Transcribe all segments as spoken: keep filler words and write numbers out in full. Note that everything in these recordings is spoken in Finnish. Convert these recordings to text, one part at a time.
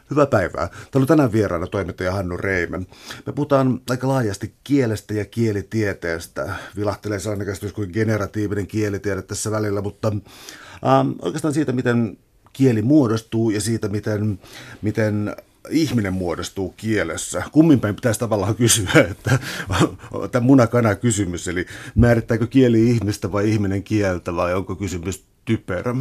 Hyvää päivää. Täällä on tänään vieraana toimittaja Hannu Reime. Me puhutaan aika laajasti kielestä ja kielitieteestä. Vilahtelee sellainen käsitys kuin generatiivinen kielitiede tässä välillä, mutta ähm, oikeastaan siitä, miten kieli muodostuu ja siitä, miten, miten ihminen muodostuu kielessä. Kumminpäin pitäisi tavallaan kysyä, että tämä munakana kysymys, eli määrittääkö kieli ihmistä vai ihminen kieltä vai onko kysymys typerä?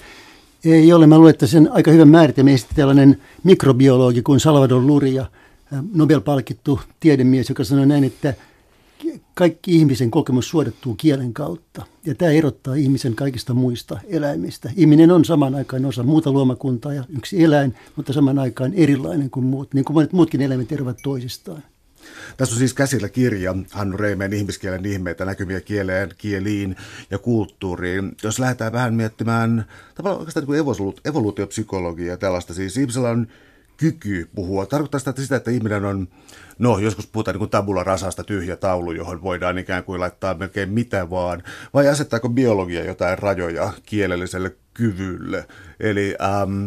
Ei ole. Mä luulen, että sen aika hyvän määritelmä esitti tällainen mikrobiologi kuin Salvador Luria, Nobel-palkittu tiedemies, joka sanoi näin, että kaikki ihmisen kokemus suodattuu kielen kautta. Ja tämä erottaa ihmisen kaikista muista eläimistä. Ihminen on saman aikaan osa muuta luomakuntaa ja yksi eläin, mutta saman aikaan erilainen kuin muut, niin kuin monet muutkin eläimet eroavat toisistaan. Tässä on siis käsillä kirja Hannu Reimeen ihmiskielen ihmeitä, näkyviä kieleen, kieliin ja kulttuuriin. Jos lähdetään vähän miettimään tavallaan oikeastaan niin kuin evoluutiopsykologiaa ja tällaista, siis ihmisellä on kyky puhua. Tarkoittaa sitä, että, sitä, että ihminen on, no joskus puhutaan niin kuin tabula rasasta, tyhjä taulu, johon voidaan ikään kuin laittaa melkein mitä vaan. Vai asettaako biologia jotain rajoja kielelliselle kyvylle? Eli ähm,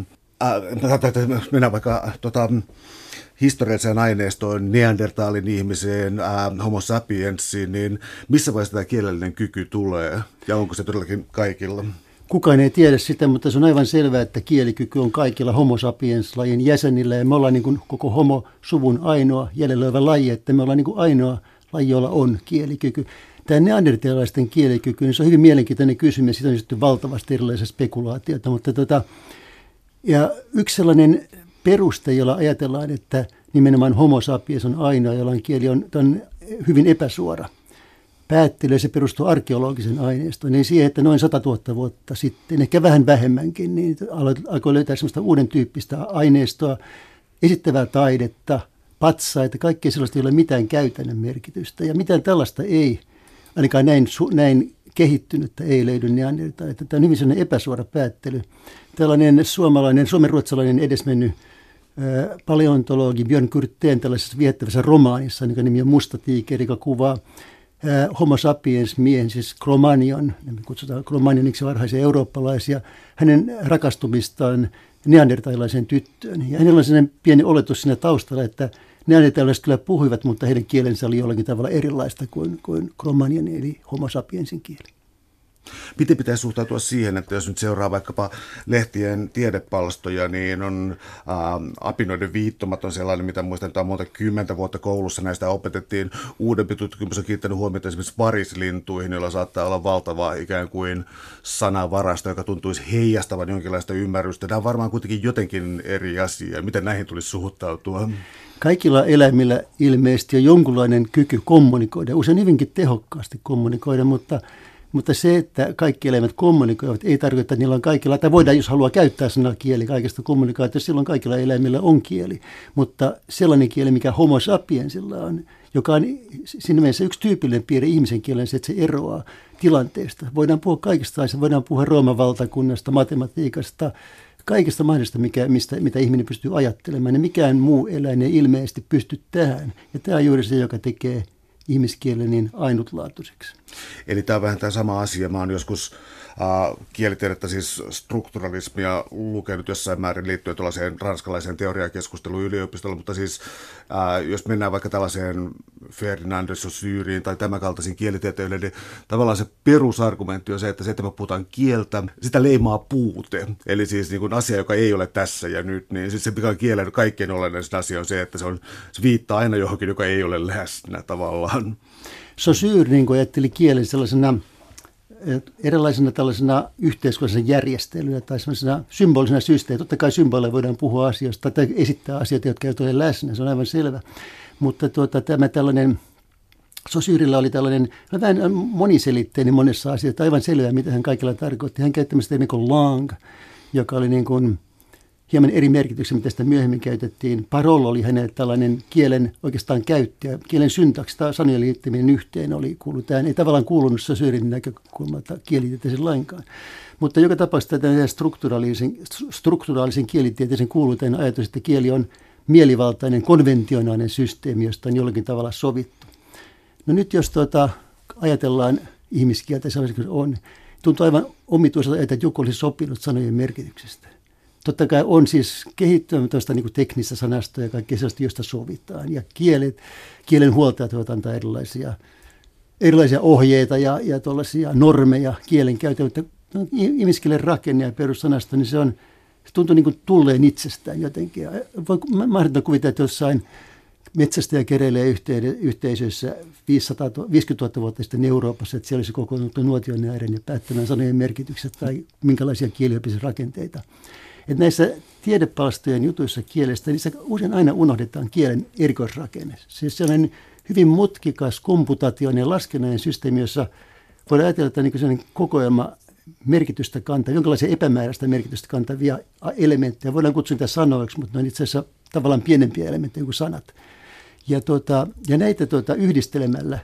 äh, mennään vaikka tota, historialliseen aineistoon, neandertaalin ihmiseen, äh, homo sapiensiin, niin missä vaiheessa tämä kielellinen kyky tulee ja onko se todellakin kaikilla? Kukaan ei tiedä sitä, mutta se on aivan selvää, että kielikyky on kaikilla homo sapiens-lajin jäsenillä ja me ollaan niin kuin koko homo-suvun ainoa jäljellä oleva laji, että me ollaan niin kuin ainoa laji, jolla on kielikyky. Tämä neandertaalaisten kielikyky, niin se on hyvin mielenkiintoinen kysymys, siitä on sitten valtavasti erilaisia spekulaatioita, mutta tota, ja yksi sellainen peruste, jolla ajatellaan, että nimenomaan homo sapiens on ainoa, jolla on kieli, on, on hyvin epäsuora. Päättely, se perustuu arkeologisen aineistoon, niin siihen, että noin satatuhatta vuotta sitten, ehkä vähän vähemmänkin, niin alkoi löytää sellaista uuden tyyppistä aineistoa, esittävää taidetta, patsaita, kaikkea sellaista, jolla ei ole mitään käytännön merkitystä. Ja mitään tällaista ei, ainakaan näin, näin kehittynyttä ei löydy neandertaalilta. Tämä on hyvin sellainen epäsuora päättely. Tällainen suomalainen, suomenruotsalainen edesmennyt ää, paleontologi Björn Kurtén tällaisessa viettävässä romaanissa, jonka nimi on Musta tiikeri, joka kuvaa homo sapiens miehen, siis Cro-Magnon, kutsutaan Cro-Magnoniksi varhaisia eurooppalaisia, hänen rakastumistaan neandertalilaiseen tyttöön. Ja hänellä on sellainen pieni oletus siinä taustalla, että neandertalilaiset kyllä puhuivat, mutta heidän kielensä oli jollakin tavalla erilaista kuin, kuin Cro-Magnonin eli homo sapiensin kieli. Miten pitäisi suhtautua siihen, että jos nyt seuraa vaikkapa lehtien tiedepalstoja, niin on ää, apinoiden viittomat on sellainen, mitä muistan, että on monta kymmentä vuotta koulussa näistä opetettiin. Uudempi tutkimus on kiinnittänyt huomiota esimerkiksi varislintuihin, joilla saattaa olla valtava ikään kuin sanavarasto, joka tuntuisi heijastavan jonkinlaista ymmärrystä. Nämä on varmaan kuitenkin jotenkin eri asia. Miten näihin tulisi suhtautua? Kaikilla eläimillä ilmeisesti on jonkunlainen kyky kommunikoida, usein hyvinkin tehokkaasti kommunikoida, mutta Mutta se, että kaikki eläimet kommunikoivat, ei tarkoita, että niillä on kaikilla, tai voidaan, jos haluaa käyttää sanaa kieli kaikesta kommunikaatiosta, silloin kaikilla eläimillä on kieli. Mutta sellainen kieli, mikä homo sapiensilla on, joka on siinä mielessä yksi tyypillinen piirre ihmisen kielen, se, että se eroaa tilanteesta. Voidaan puhua kaikista asioista, voidaan puhua Rooman valtakunnasta, matematiikasta, kaikesta mahdollista, mikä, mistä, mitä ihminen pystyy ajattelemaan. Ja mikään muu eläin ei ilmeisesti pysty tähän. Ja tämä on juuri se, joka tekee ihmiskielen niin ainutlaatuiseksi. Eli tämä on vähän tämä sama asia. Mä oon joskus äh, kielitiedettä, siis strukturalismia lukenut jossain määrin liittyen tuollaiseen ranskalaiseen teoriakeskusteluun yliopistolla, mutta siis äh, jos mennään vaikka tällaiseen Ferdinand de Saussurein tai tämän kaltaisiin kielitieteille, niin tavallaan se perusargumentti on se, että se, että me puhutaan kieltä, sitä leimaa puute. Eli siis niin kuin asia, joka ei ole tässä ja nyt, niin siis se mikä on kielen kaikkein olennaisin asia on se, että se, on, se viittaa aina johonkin, joka ei ole läsnä tavallaan. Saussure niin kuin ajatteli kielen sellaisena erilaisena tällaisena yhteiskunnallisena järjestelynä tai sellaisena symbolisena systeemillä. Totta kai symboleilla voidaan puhua asioista tai esittää asioita, jotka eivät ole läsnä, se on aivan selvä. Mutta tuota, tämä tällainen, Saussurella oli tällainen vähän moniselitteinen monessa asiassa, aivan selvää, mitä hän kaikilla tarkoitti. Hän käytti tämmöistä niin kuin langue, joka oli niin kuin hieman eri merkityksiä, mitä sitä myöhemmin käytettiin. Parole oli hänelle tällainen kielen oikeastaan käyttäjä. Kielen syntaksi tai sanojen liittäminen yhteen oli kuullut. Tämä ei tavallaan kuulunut Saussuren näkökulmalta kielitieteeseen lainkaan. Mutta joka tapauksessa tämä strukturaalisen, strukturaalisen kielitieteeseen kuuluu tämä ajatus, että kieli on mielivaltainen, konventionaalinen systeemi, josta on jollakin tavalla sovittu. No nyt jos tuota, ajatellaan ihmiskieltä sellaisena kuin on, tuntuu aivan omituiselta, että joku olisi sopinut sanojen merkityksestä. totta kai on siis kehittymätöntä niin teknistä sanastoa ja kaikkea sellaista, josta sovitaan. Ja kielet, kielen huoltajat voivat antaa erilaisia, erilaisia ohjeita ja, ja tuollaisia normeja kielen käytön. Mutta ihmiskielen rakenne ja perussanasto, niin se, on, se tuntuu niin kuin tulleen itsestään jotenkin. Ja voi mahdollista kuvitella, että jossain metsästäjä kereilee yhteisöissä viisikymmentätuhatta vuotta sitten Euroopassa, että siellä olisi kokoonnut nuotion ääreen ja päättämään sanojen merkitykset tai minkälaisia kielioppisen rakenteita. Että näissä tiedepalstojen jutuissa kielestä, niissä usein aina unohdetaan kielen erikoisrakenne. Siis sellainen hyvin mutkikas komputaatioinen laskennallinen systeemi, jossa voidaan ajatella, että niin sellainen kokoelma merkitystä kantaa, jonkinlaisia epämääräistä merkitystä kantavia elementtejä. Voidaan kutsua niitä sanoiksi, mutta ne on itse asiassa tavallaan pienempiä elementtejä kuin sanat. Ja, tuota, ja näitä tuota, yhdistelemällä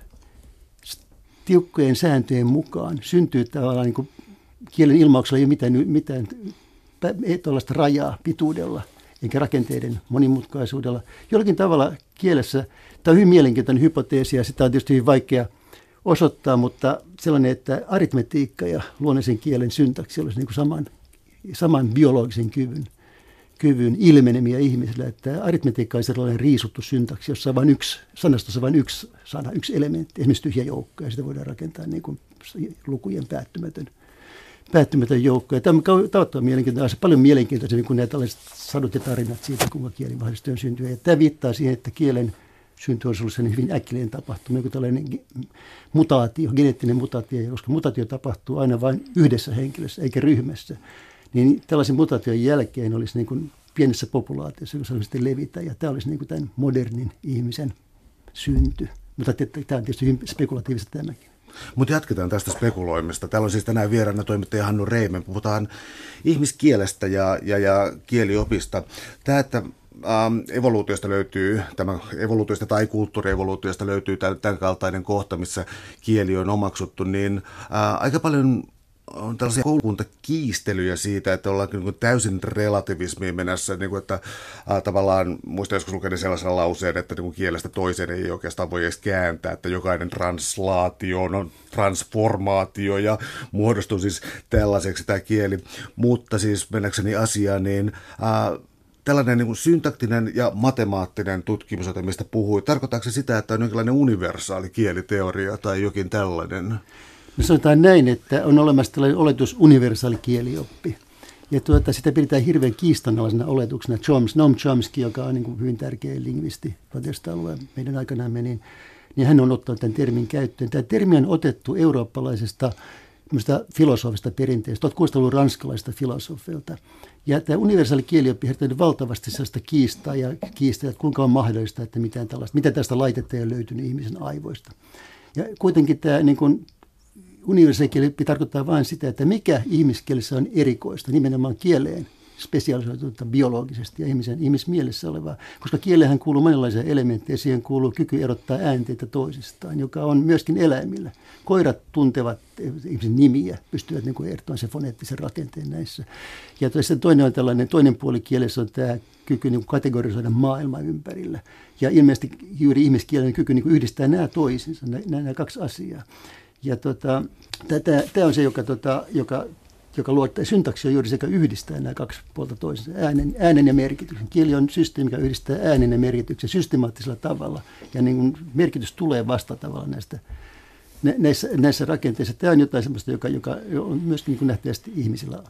tiukkojen sääntöjen mukaan syntyy tavallaan niin kuin kielen ilmauksella ei ole mitään, mitään tuollaista rajaa pituudella eikä rakenteiden monimutkaisuudella. Jollakin tavalla kielessä, tämä on hyvin mielenkiintoinen hypoteesi ja sitä on tietysti hyvin vaikea osoittaa, mutta sellainen, että aritmetiikka ja luonnollisen kielen syntaksi olisi niin kuin saman, saman biologisen kyvyn, kyvyn ilmenemiä ihmisillä, että aritmetiikka on sellainen riisuttu syntaksi, jossa on vain yksi, sanastossa vain yksi sana, yksi elementti, esimerkiksi tyhjä joukko, ja sitä voidaan rakentaa niin kuin lukujen päättymätön, päättymätön joukko. Ja tämä on tavattoman mielenkiintoista, paljon mielenkiintoisemmin kuin nämä tällaiset sadut ja tarinat siitä, kuinka kieli mahdollisesti on syntyä. Ja tämä viittaa siihen, että kielen synty on ollut hyvin äkillinen tapahtuma, joku tällainen mutaatio, geneettinen mutaatio, koska mutaatio tapahtuu aina vain yhdessä henkilössä eikä ryhmässä. Niin tällaisen mutaation jälkeen olisi niin kuin pienessä populaatiossa, joka sitten levitä, ja tämä olisi niin kuin tämän modernin ihmisen synty. Mutta tämä on tietysti hyvin spekulatiivista tämäkin. Mutta jatketaan tästä spekuloimista. Täällä on siis tänään vieraana toimittaja Hannu Reimen. Puhutaan ihmiskielestä ja, ja, ja kieliopista. Tämä, että Ähm, evoluutiosta löytyy, tämä evoluutiosta tai kulttuurievoluutiosta löytyy tämän kaltainen kohta, missä kieli on omaksuttu, niin ää, aika paljon on tällaisia koulukuntakiistelyjä siitä, että ollaan niin kuin täysin relativismiin mennessä, niin kuin, että ää, tavallaan, muistan joskus lukenut sellaisen lauseen, että niin kuin kielestä toiseen ei oikeastaan voi edes kääntää, että jokainen translaatio on transformaatio ja muodostuu siis tällaiseksi tämä kieli, mutta siis mennäkseni asiaan, niin ää, tällainen niin kuin syntaktinen ja matemaattinen tutkimus, mistä puhui, tarkoittaako se sitä, että on jonkinlainen universaali kieliteoria tai jokin tällainen? Me sanotaan näin, että on olemassa tällainen oletus universaali kielioppi. Ja tuota, sitä pidetään hirveän kiistanalaisena oletuksena. Chomsky, Noam Chomsky, joka on niin kuin hyvin tärkeä lingvisti tuhatkahdeksansataaluvulla meidän aikanamme, niin, niin hän on ottanut tämän termin käyttöön. Tämä termi on otettu eurooppalaisesta filosofista perinteestä, tuhatkuusisataaluvun ranskalaisesta filosofilta. Ja tämä universaali kielioppi herättänyt valtavasti sellaista kiistaa ja kiistaa, että kuinka on mahdollista, että mitään tällaista, mitä tästä laitetta ei ole löytynyt ihmisen aivoista. Ja kuitenkin tämä niin kuin universaali kielioppi tarkoittaa vain sitä, että mikä ihmiskielessä on erikoista, nimenomaan kieleen spesialisoitunutta biologisesti ja ihmisen ihmismielessä olevaa, koska kieleenhän kuuluu monenlaisia elementtejä, siihen kuuluu kyky erottaa äänteitä toisistaan, joka on myöskin eläimillä. Koirat tuntevat ihmisen nimiä, pystyvät niin erottamaan sen foneettisen rakenteen näissä. Ja toinen on tällainen, toinen puoli kielessä on tämä kyky niin kategorisoida maailmaa ympärillä. Ja ilmeisesti juuri ihmiskielen kyky niin yhdistää nämä toisinsa, nämä, nämä kaksi asiaa. Ja tota, tämä on se, joka, tota, joka joka luo, syntaksi on juuri sekä yhdistää nämä kaksi puolta toisensa, äänen, äänen ja merkityksen. Kieli on systeemi, joka yhdistää äänen ja merkityksen systemaattisella tavalla, ja niin kuin merkitys tulee vasta tavalla näistä, näissä, näissä rakenteissa. Tämä on jotain sellaista, joka, joka on myöskin niin nähtävästi ihmisillä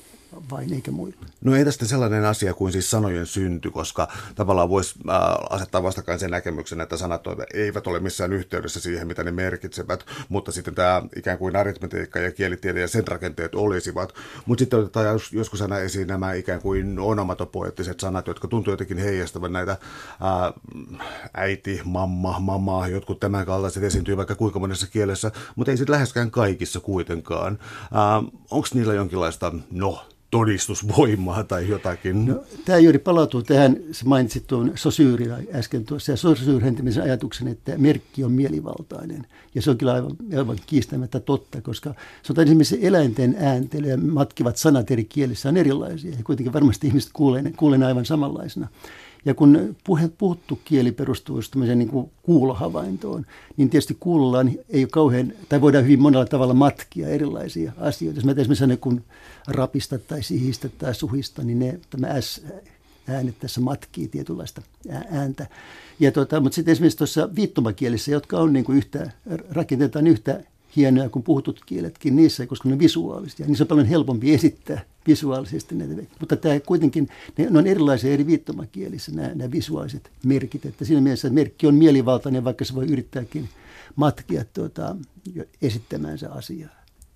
vain eikä muilla. No ei tästä sellainen asia kuin siis sanojen synty, koska tavallaan voisi äh, asettaa vastakkain sen näkemyksen, että sanat eivät ole missään yhteydessä siihen, mitä ne merkitsevät, mutta sitten tämä ikään kuin aritmetiikka ja kielitiede ja sen rakenteet olisivat. Mutta sitten otetaan joskus aina esiin nämä ikään kuin onomatopoeettiset sanat, jotka tuntuu jotenkin heijastavan näitä äh, äiti, mamma, mama, jotkut tämän kaltaiset esiintyy vaikka kuinka monessa kielessä, mutta ei sitten läheskään kaikissa kuitenkaan. Äh, Onko niillä jonkinlaista, no, todistusvoimaa tai jotakin? No, tämä juuri palautuu tähän, sä mainitsit tuon Saussure äsken tuossa, ja Saussure hentimisen ajatuksen, että merkki on mielivaltainen. Ja se on kyllä aivan, aivan kiistämättä totta, koska sanotaan esimerkiksi eläinten ääntely ja matkivat sanat eri kielissä on erilaisia, ja kuitenkin varmasti ihmiset kuulee, kuulee aivan samanlaisena. Ja kun puhe, puhuttu kieli perustuu tämmöiseen niin kuin kuulohavaintoon, niin tietysti kuulolla ei ole kauhean, tai voidaan hyvin monella tavalla matkia erilaisia asioita. Jos mä esimerkiksi sanon, kun rapista tai sihistä tai suhista, niin ne, tämä S-äänet tässä matkii tietynlaista ääntä. Ja tota, mutta sitten esimerkiksi tuossa viittomakielissä, jotka on niin kuin yhtä, rakentetaan yhtä hienoja kuin puhutut kieletkin niissä, koska ne on visuaalisia. Niissä on paljon helpompi esittää visuaalisesti näitä. Mutta tämä kuitenkin, ne, ne on erilaisia eri viittomakielissä nämä, nämä visuaaliset merkit. Että siinä mielessä merkki on mielivaltainen, vaikka se voi yrittääkin matkia tuota, esittämäänsä asiaa.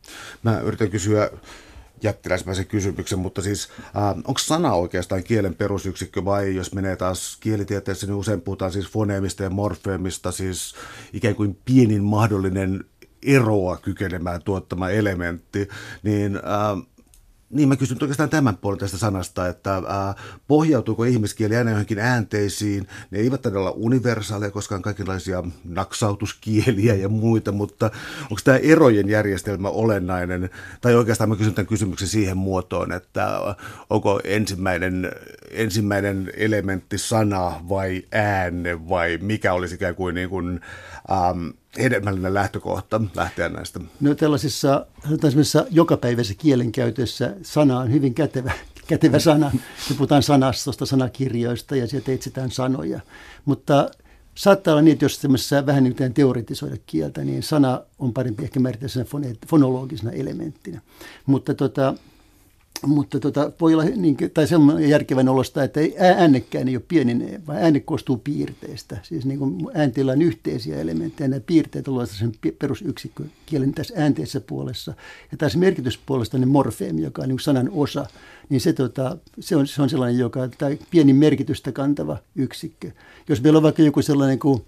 Mä yritän kysyä jättiläismäisen kysymyksen, mutta siis äh, onko sana oikeastaan kielen perusyksikkö vai jos menee taas kielitieteessä, niin usein puhutaan siis foneemista ja morfeemista, siis ikään kuin pienin mahdollinen eroa kykenemään tuottama elementti, niin, äh, niin mä kysyn oikeastaan tämän puolen tästä sanasta, että äh, pohjautuuko ihmiskieli aina johonkin äänteisiin, ne eivät todella olla universaaleja, koska on kaikenlaisia naksautuskieliä ja muita, mutta onko tämä erojen järjestelmä olennainen, tai oikeastaan mä kysyn tämän kysymyksen siihen muotoon, että äh, onko ensimmäinen, ensimmäinen elementti sana vai ääne vai mikä olisi ikään kuin niin kuin ähm, hedelmällinen lähtökohta lähteä näistä? No tällaisessa jokapäiväisessä kielenkäytössä sana on hyvin kätevä, kätevä sana. Me puhutaan sanastosta, sanakirjoista ja sieltä etsitään sanoja. Mutta saattaa olla niin, että jos tämmöisessä vähän niin teoretisoida kieltä, niin sana on parempi ehkä määritellä fonologisena elementtinä. Mutta tota, Mutta tota, voi olla niin, tai semmoinen järkevän olosta, että äänekään ei ole pieninen, vaan ääne koostuu piirteistä. Siis niin kuin äänteillä on yhteisiä elementtejä, nämä piirteet ovat sen perusyksikkö kielen tässä äänteessä puolessa. Ja tässä merkityspuolesta ne morfeemi, joka on niin kuin sanan osa, niin se, tota, se, on, se on sellainen, joka tai pieni merkitystä kantava yksikkö. Jos meillä on vaikka joku sellainen kuin,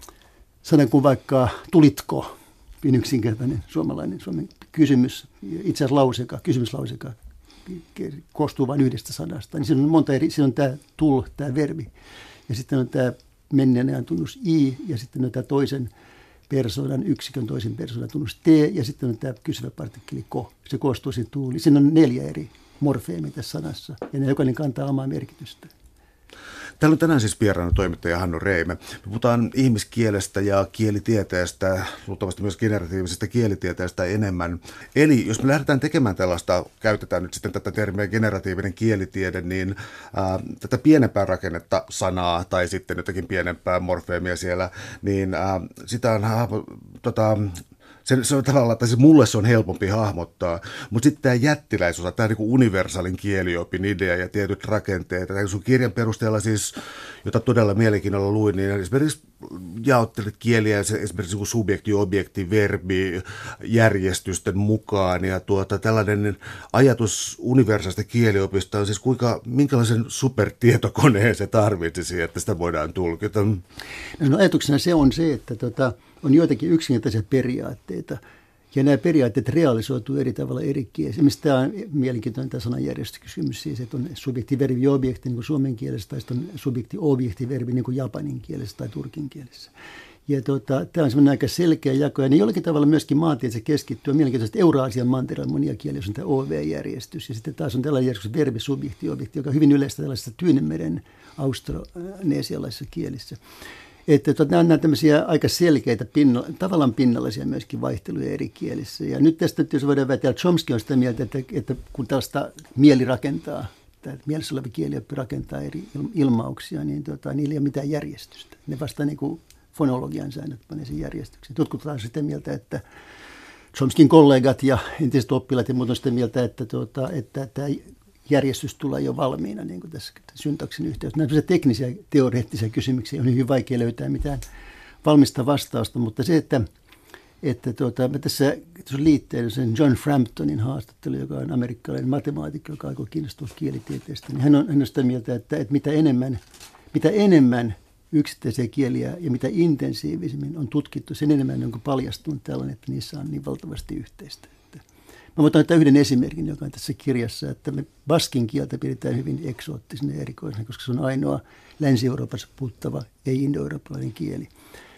sana kuin vaikka tulitko, niin yksinkertainen suomalainen suomen kysymys, itse asiassa lauseka, kysymyslauseka, koostuu vain yhdestä sanasta, niin siinä on monta eri, siinä on tämä tul, tämä verbi, ja sitten on tämä menneen ajan tunnus i, ja sitten on tämä toisen persoonan yksikön toisen persoonan tunnus t, ja sitten on tämä kysyvä partikkeli ko, se koostuu siitä tuuli. Siinä on neljä eri morfeemia tässä sanassa, ja ne jokainen kantaa omaa merkitystä. Täällä on tänään siis vieraana toimittaja Hannu Reime. Me puhutaan ihmiskielestä ja kielitieteestä, luultavasti myös generatiivisesta kielitieteestä enemmän. Eli jos me lähdetään tekemään tällaista, käytetään nyt sitten tätä termiä generatiivinen kielitiede, niin ää, tätä pienempää rakennetta, sanaa tai sitten jotakin pienempää morfeemia siellä, niin ää, sitä on tota, Se, se on tavallaan, tai siis mulle se on helpompi hahmottaa, mutta sitten tämä jättiläisosa, tämä niin kuin universaalin kieliopin idea ja tietyt rakenteet. Tämä sun kirjan perusteella siis, jota todella mielenkiinnolla luin, niin esimerkiksi jaottelet kieliä esimerkiksi niin subjekti, objekti, verbi, järjestysten mukaan. Ja tuota, tällainen ajatus universaalista kieliopista on siis kuinka, minkälaisen supertietokoneen se tarvitsisi, että sitä voidaan tulkita? No ajatuksena se on se, että tota, on joitakin yksinkertaisia periaatteita, ja nämä periaatteet realisoituu eri tavalla eri kielissä. Esimerkiksi tämä on mielenkiintoinen tämä sananjärjestyskysymys, siis, että on subjekti, verbi ja objekti niin kuin suomen kielessä, tai sitten on subjekti, objekti, verbi niin kuin japanin kielessä tai turkin kielessä. Ja tota, tämä on semmoinen aika selkeä jako, ja ne jollakin tavalla myöskin maantieteessä keskittyy. Mielenkiintoisesti Euraasian mantereella monia kieliä, jos on tämä O V-järjestys, ja sitten taas on tällainen järjestys verbi, subjekti, objekti, joka on hyvin yleistä tällaisessa Tyynenmeren austronesialaisissa kielissä. Että tota, nämä on tämmöisiä aika selkeitä, pinna, tavallaan pinnallisia myöskin vaihteluja eri kielissä. Ja nyt tästä, jos voidaan väitellä, Chomsky on sitä mieltä, että, että kun tällaista mieli rakentaa, tai mielessä oleva kielioppi rakentaa eri ilmauksia, niin tota, niillä ei ole mitään järjestystä. Ne vasta niin kuin fonologian säännöt panee sen järjestykseen. Jotkut taas sitä mieltä, että Chomskyn kollegat ja entiset oppilaat ja muut on sitä mieltä, että, tuota, että tämä järjestys tulee jo valmiina niin kuin tässä syntaksin yhteydessä. Nämä teknisiä teoreettisia kysymyksiä on hyvin vaikea löytää mitään valmista vastausta, mutta se, että, että tuota, mä tässä, tässä liitteen sen John Framptonin haastattelu, joka on amerikkalainen matemaatikko, joka aikoo kiinnostua kielitieteestä, niin hän on, hän on sitä mieltä, että, että mitä enemmän, mitä enemmän yksittäisiä kieliä ja mitä intensiivisemmin on tutkittu, sen enemmän on paljastunut tällainen, että niissä on niin valtavasti yhteistä. Mä voin ottaa yhden esimerkin, joka on tässä kirjassa, että me baskin kieltä pidetään hyvin eksoottisena ja erikoisena, koska se on ainoa Länsi-Euroopassa puhuttava ei-indo-eurooppalainen kieli.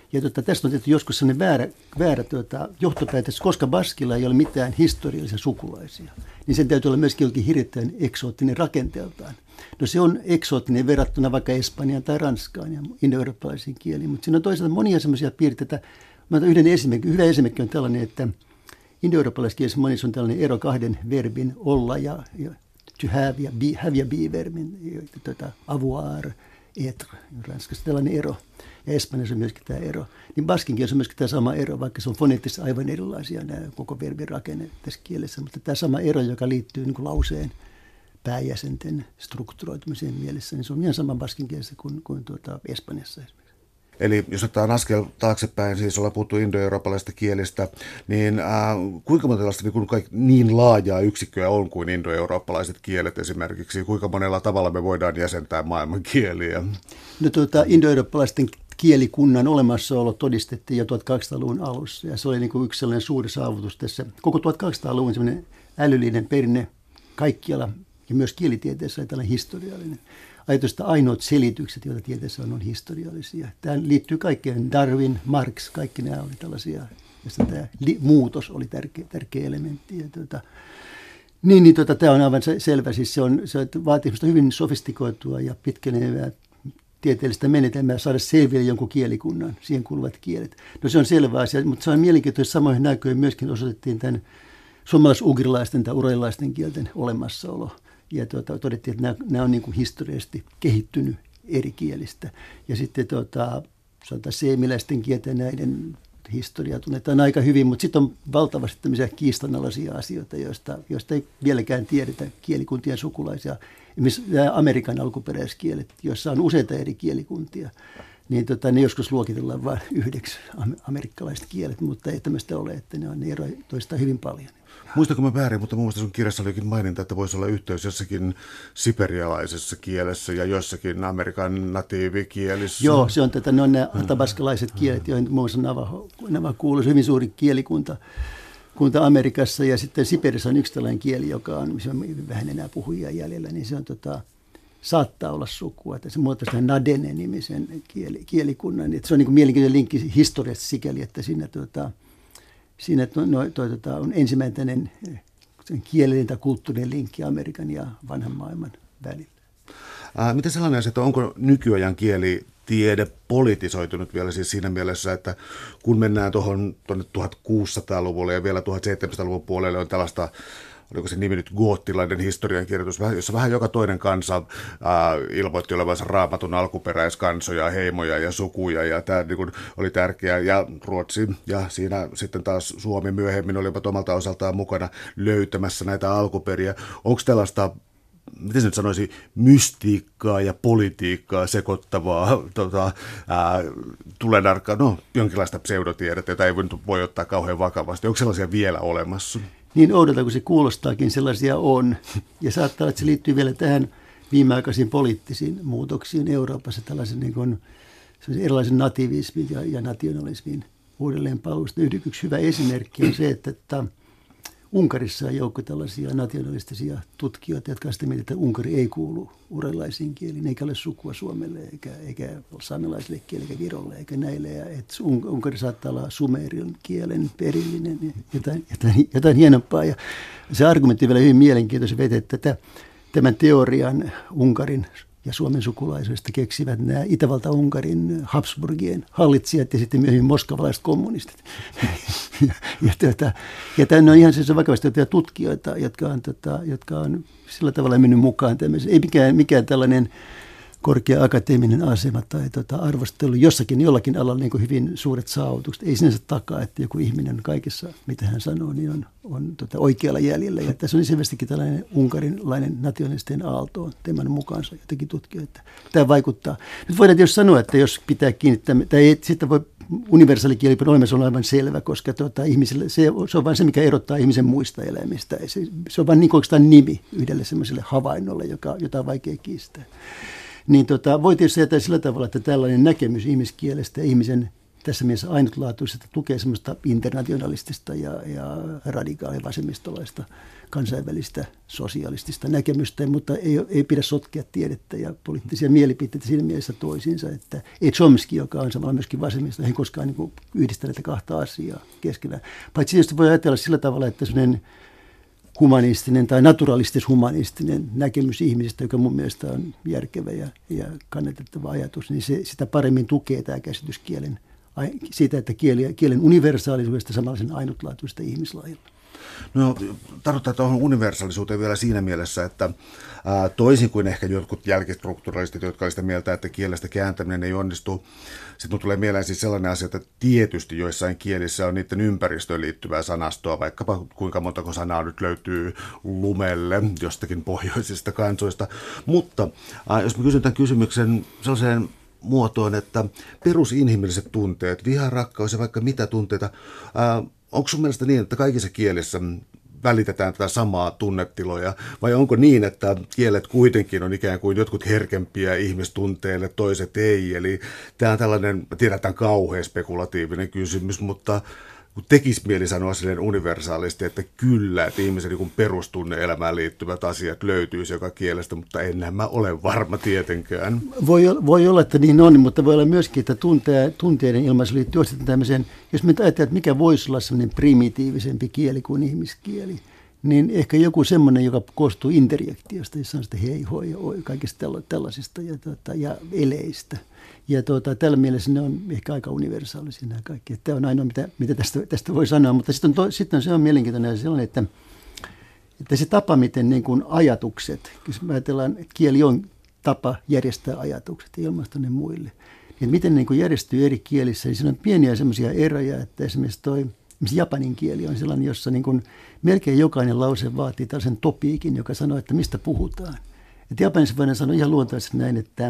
Ja tota, tästä on tehty joskus sellainen väärä, väärä tuota, johtopäätös, koska baskilla ei ole mitään historiallisia sukulaisia, niin sen täytyy olla myöskin jokin hirveän eksoottinen rakenteeltaan. No se on eksoottinen verrattuna vaikka Espanjaan tai Ranskaan ja indoeurooppalaisiin kieliin, mutta siinä on toisaalta monia sellaisia piirteitä. Mä otan yhden esimerkin. Hyvä esimerkki on tällainen, että indoeurooppalaisessa kielessä monissa on tällainen ero kahden verbin olla ja, ja to have ja be, have ja be-verbin, tuota, avoir, être, Ranskassa tällainen ero. Ja Espanjassa on myöskin tämä ero. Niin baskin kielessä on myöskin tämä sama ero, vaikka se on foneettisesti aivan erilaisia nämä koko verbin rakenne tässä kielessä. Mutta tämä sama ero, joka liittyy niin kuin lauseen pääjäsenten strukturoitumiseen mielessä, niin se on ihan sama baskin kielessä kuin, kuin tuota Espanjassa esimerkiksi. Eli jos otetaan askel taaksepäin, siis ollaan puhuttu indoeurooppalaisista kielistä, niin äh, kuinka monella niin, kaikki, niin laajaa yksikköä on kuin indoeurooppalaiset kielet esimerkiksi? Kuinka monella tavalla me voidaan jäsentää maailman kieliä? No tuota, indoeurooppalaisten kielikunnan olemassaolo todistettiin jo tuhatkahdeksansataaluvun alussa, ja se oli niin kuin yksi sellainen suuri saavutus tässä. Koko tuhatkahdeksansataaluvun sellainen älyllinen perinne kaikkialla, ja myös kielitieteessä oli tällainen historiallinen. Ajatus, että ainoat selitykset, joita tieteessä on, on historiallisia. Tämä liittyy kaikkeen. Darwin, Marx, kaikki nämä oli tällaisia, josta tämä li- muutos oli tärkeä, tärkeä elementti. Ja tuota, niin, niin tuota, tämä on aivan selvä. Siis se, on, se vaatii hyvin sofistikoitua ja pitkänevää tieteellistä menetelmää saada selville jonkun kielikunnan, siihen kuuluvat kielet. No se on selvä asia, mutta se on mielenkiintoista. Samoihin näköihin myöskin osoitettiin tämän suomalais-ugrilaisten tai uralilaisten kielten olemassaolo. Ja tuota, todettiin, että nämä, nämä on niin kuin historiallisesti kehittynyt eri kielistä. Ja sitten tuota, sanotaan seemiläisten kielten näiden historiaa tunnetaan aika hyvin, mutta sitten on valtavasti tämmöisiä kiistanalaisia asioita, joista, joista ei vieläkään tiedetä kielikuntien sukulaisia. Esimerkiksi Amerikan alkuperäiskielet, joissa on useita eri kielikuntia, niin tota, ne joskus luokitellaan vain yhdeksi amerikkalaiset kielet, mutta ei tämmöistä ole, että ne on ne eroja toistaan hyvin paljon. Muistanko mä väärin, mutta mun mielestä sun kirjassa olikin maininta, että voisi olla yhteys jossakin siperialaisessa kielessä ja jossakin Amerikan natiivikielissä. Joo, se on tätä, ne on nämä atabaskalaiset kielet, joihin muun muassa Navajo, Navajo kuuluu hyvin suuri kielikunta kunta Amerikassa, ja sitten Siperiassa on yksi tällainen kieli, joka on, missä on vähän enää puhujia jäljellä, niin se on tota, saattaa olla sukua, että se muotoisi Nadene-nimisen kieli, kielikunnan. Että se on niin kuin mielenkiintoinen linkki historiasta sikäli, että siinä tuota, Siinä no, toi, tota, on ensimmäinen kielellinen tai kulttuurinen linkki Amerikan ja vanhan maailman välillä. Ää, miten sellainen asia, että onko nykyajan kielitiede politisoitunut vielä siis siinä mielessä, että kun mennään tuohon tuonne tuhatkuusisataaluvulle ja vielä tuhatseitsemänsataaluvun puolelle on tällaista, oliko se nimi nyt goottilainen historiankirjoitus, jossa vähän joka toinen kansa ää, ilmoitti olevansa Raamatun alkuperäiskansoja, heimoja ja sukuja, ja tämä niin kuin oli tärkeää, ja Ruotsi ja siinä sitten taas Suomi myöhemmin olivat omalta osaltaan mukana löytämässä näitä alkuperiä. Onko tällaista, miten se nyt sanoisi, mystiikkaa ja politiikkaa sekoittavaa tota, ää, tulenarkkaa, no jonkinlaista pseudotiedettä, jota ei voi ottaa kauhean vakavasti. Onko sellaisia vielä olemassa? Niin oudolta kuin se kuulostaakin, sellaisia on. Ja saattaa olla, että se liittyy vielä tähän viimeaikaisiin poliittisiin muutoksiin Euroopassa, tällaisen niin kuin, erilaisen nativismin ja, ja nationalismin uudelleen palusta. Yksi hyvä esimerkki on se, että, että Unkarissa on joukko tällaisia nationalistisia tutkijoita, jotka sitä mieltä, että Unkari ei kuulu uralilaisiin kieliin, eikä ole sukua Suomelle, eikä, eikä saamelaisille kielille, eikä Virolle, eikä näille. Ja että Unkari saattaa olla sumerian kielen perillinen ja jotain, jotain, jotain hienompaa. Ja se argumentti on vielä hyvin mielenkiintoinen, että tätä, tämän teorian Unkarin ja Suomen sukulaisuudesta keksivät nämä Itävalta-Unkarin Habsburgien hallitsijat ja sitten myöhemmin moskovalaiset kommunistit. ja, ja, tuota, ja tämä on ihan siis vakavasti tutkijoita, jotka on, tota, jotka on sillä tavalla mennyt mukaan tämmöisen. Ei mikään, mikään tällainen korkea akateeminen asema tai tota, arvostelu jossakin jollakin alalla niin kuin hyvin suuret saavutukset. Ei sinänsä takaa, että joku ihminen kaikessa, mitä hän sanoo, niin on, on tota, oikealla jäljellä. Ja tässä on selvästikin tällainen unkarinlainen nationalistinen aalto on tämän mukaansa jotenkin tutkijoita. Tämä vaikuttaa. Nyt voidaan tietysti sanoa, että jos pitää kiinnittää, tai ei, sitten voi universaali kieli on aivan selvä, koska tuota, ihmisille, se, se on vain se, mikä erottaa ihmisen muista eläimistä. Se, se on vain niin kuin nimi yhdelle sellaiselle havainnolle, joka, jota on vaikea kiistää. Niin tota, voi tietysti ajatella sillä tavalla, että tällainen näkemys ihmiskielestä ja ihmisen tässä mielessä ainutlaatuisesti tukee semmoista internationalistista ja, ja radikaalia vasemmistolaista kansainvälistä sosialistista näkemystä, mutta ei, ei pidä sotkea tiedettä ja poliittisia mielipiteitä siinä mielessä toisiinsa, että ei Chomsky, joka on samalla myöskin vasemmista, ei koskaan niin yhdistä näitä kahta asiaa keskenään. Paitsi tietysti voi ajatella sillä tavalla, että sellainen humanistinen tai naturalistis-humanistinen näkemys ihmisistä, joka mun mielestä on järkevä ja, ja kannatettava ajatus, niin se, sitä paremmin tukee tämä käsitys kielen, siitä, että kieli, kielen universaalisuudesta samanlaisen ainutlaatuista ihmislajilla. No, tarkoittaa tuohon universaalisuuteen vielä siinä mielessä, että ää, toisin kuin ehkä jotkut jälkistrukturalistit, jotka olivat sitä mieltä, että kielestä kääntäminen ei onnistu, sitten tulee mieleen siis sellainen asia, että tietysti joissain kielissä on niiden ympäristöön liittyvää sanastoa, vaikkapa kuinka montako sanaa nyt löytyy lumelle jostakin pohjoisista kansoista. Mutta ää, jos mä kysyn tämän kysymyksen sellaiseen muotoon, että perusinhimilliset tunteet, viha, rakkaus ja vaikka mitä tunteita, ää, onko sun mielestä niin, että kaikissa kielissä välitetään tätä samaa tunnetiloja, vai onko niin, että kielet kuitenkin on ikään kuin jotkut herkempiä ihmistunteille, toiset ei, eli tämä on tällainen, tiedän, tämän kauhean spekulatiivinen kysymys, mutta tekisi mieli sanoa silleen universaalisti, että kyllä, että ihmisen niin perustunne-elämään liittyvät asiat löytyisi joka kielestä, mutta enhän mä ole varma tietenkään. Voi, voi olla, että niin on, mutta voi olla myöskin, että tuntea, tunteiden ilmaisu liittyy osittain tämmöiseen, jos me ajatellaan, että mikä voisi olla semmoinen primitiivisempi kieli kuin ihmiskieli, niin ehkä joku semmoinen, joka koostuu interjektiosta, jossa on sitä hei, hoi, oi, kaikista tällaisista ja, tuota, ja eleistä. Ja tuota, tällä mielessä ne on ehkä aika universaalisia nämä kaikki. Tämä on ainoa, mitä, mitä tästä, tästä voi sanoa, mutta sitten on, to, sitten on se on mielenkiintoinen sellainen, että, että se tapa, miten niin kuin ajatukset, jos me ajatellaan, että kieli on tapa järjestää ajatukset ja ilmaista ne muille, niin miten ne niin kuin järjestyy eri kielissä, niin siinä on pieniä semmoisia eroja, että esimerkiksi toi japanin kieli on sellainen, jossa niin kuin melkein jokainen lause vaatii tällaisen topiikin, joka sanoo, että mistä puhutaan. Et japanissa voidaan sanoa ihan luontaisesti näin, että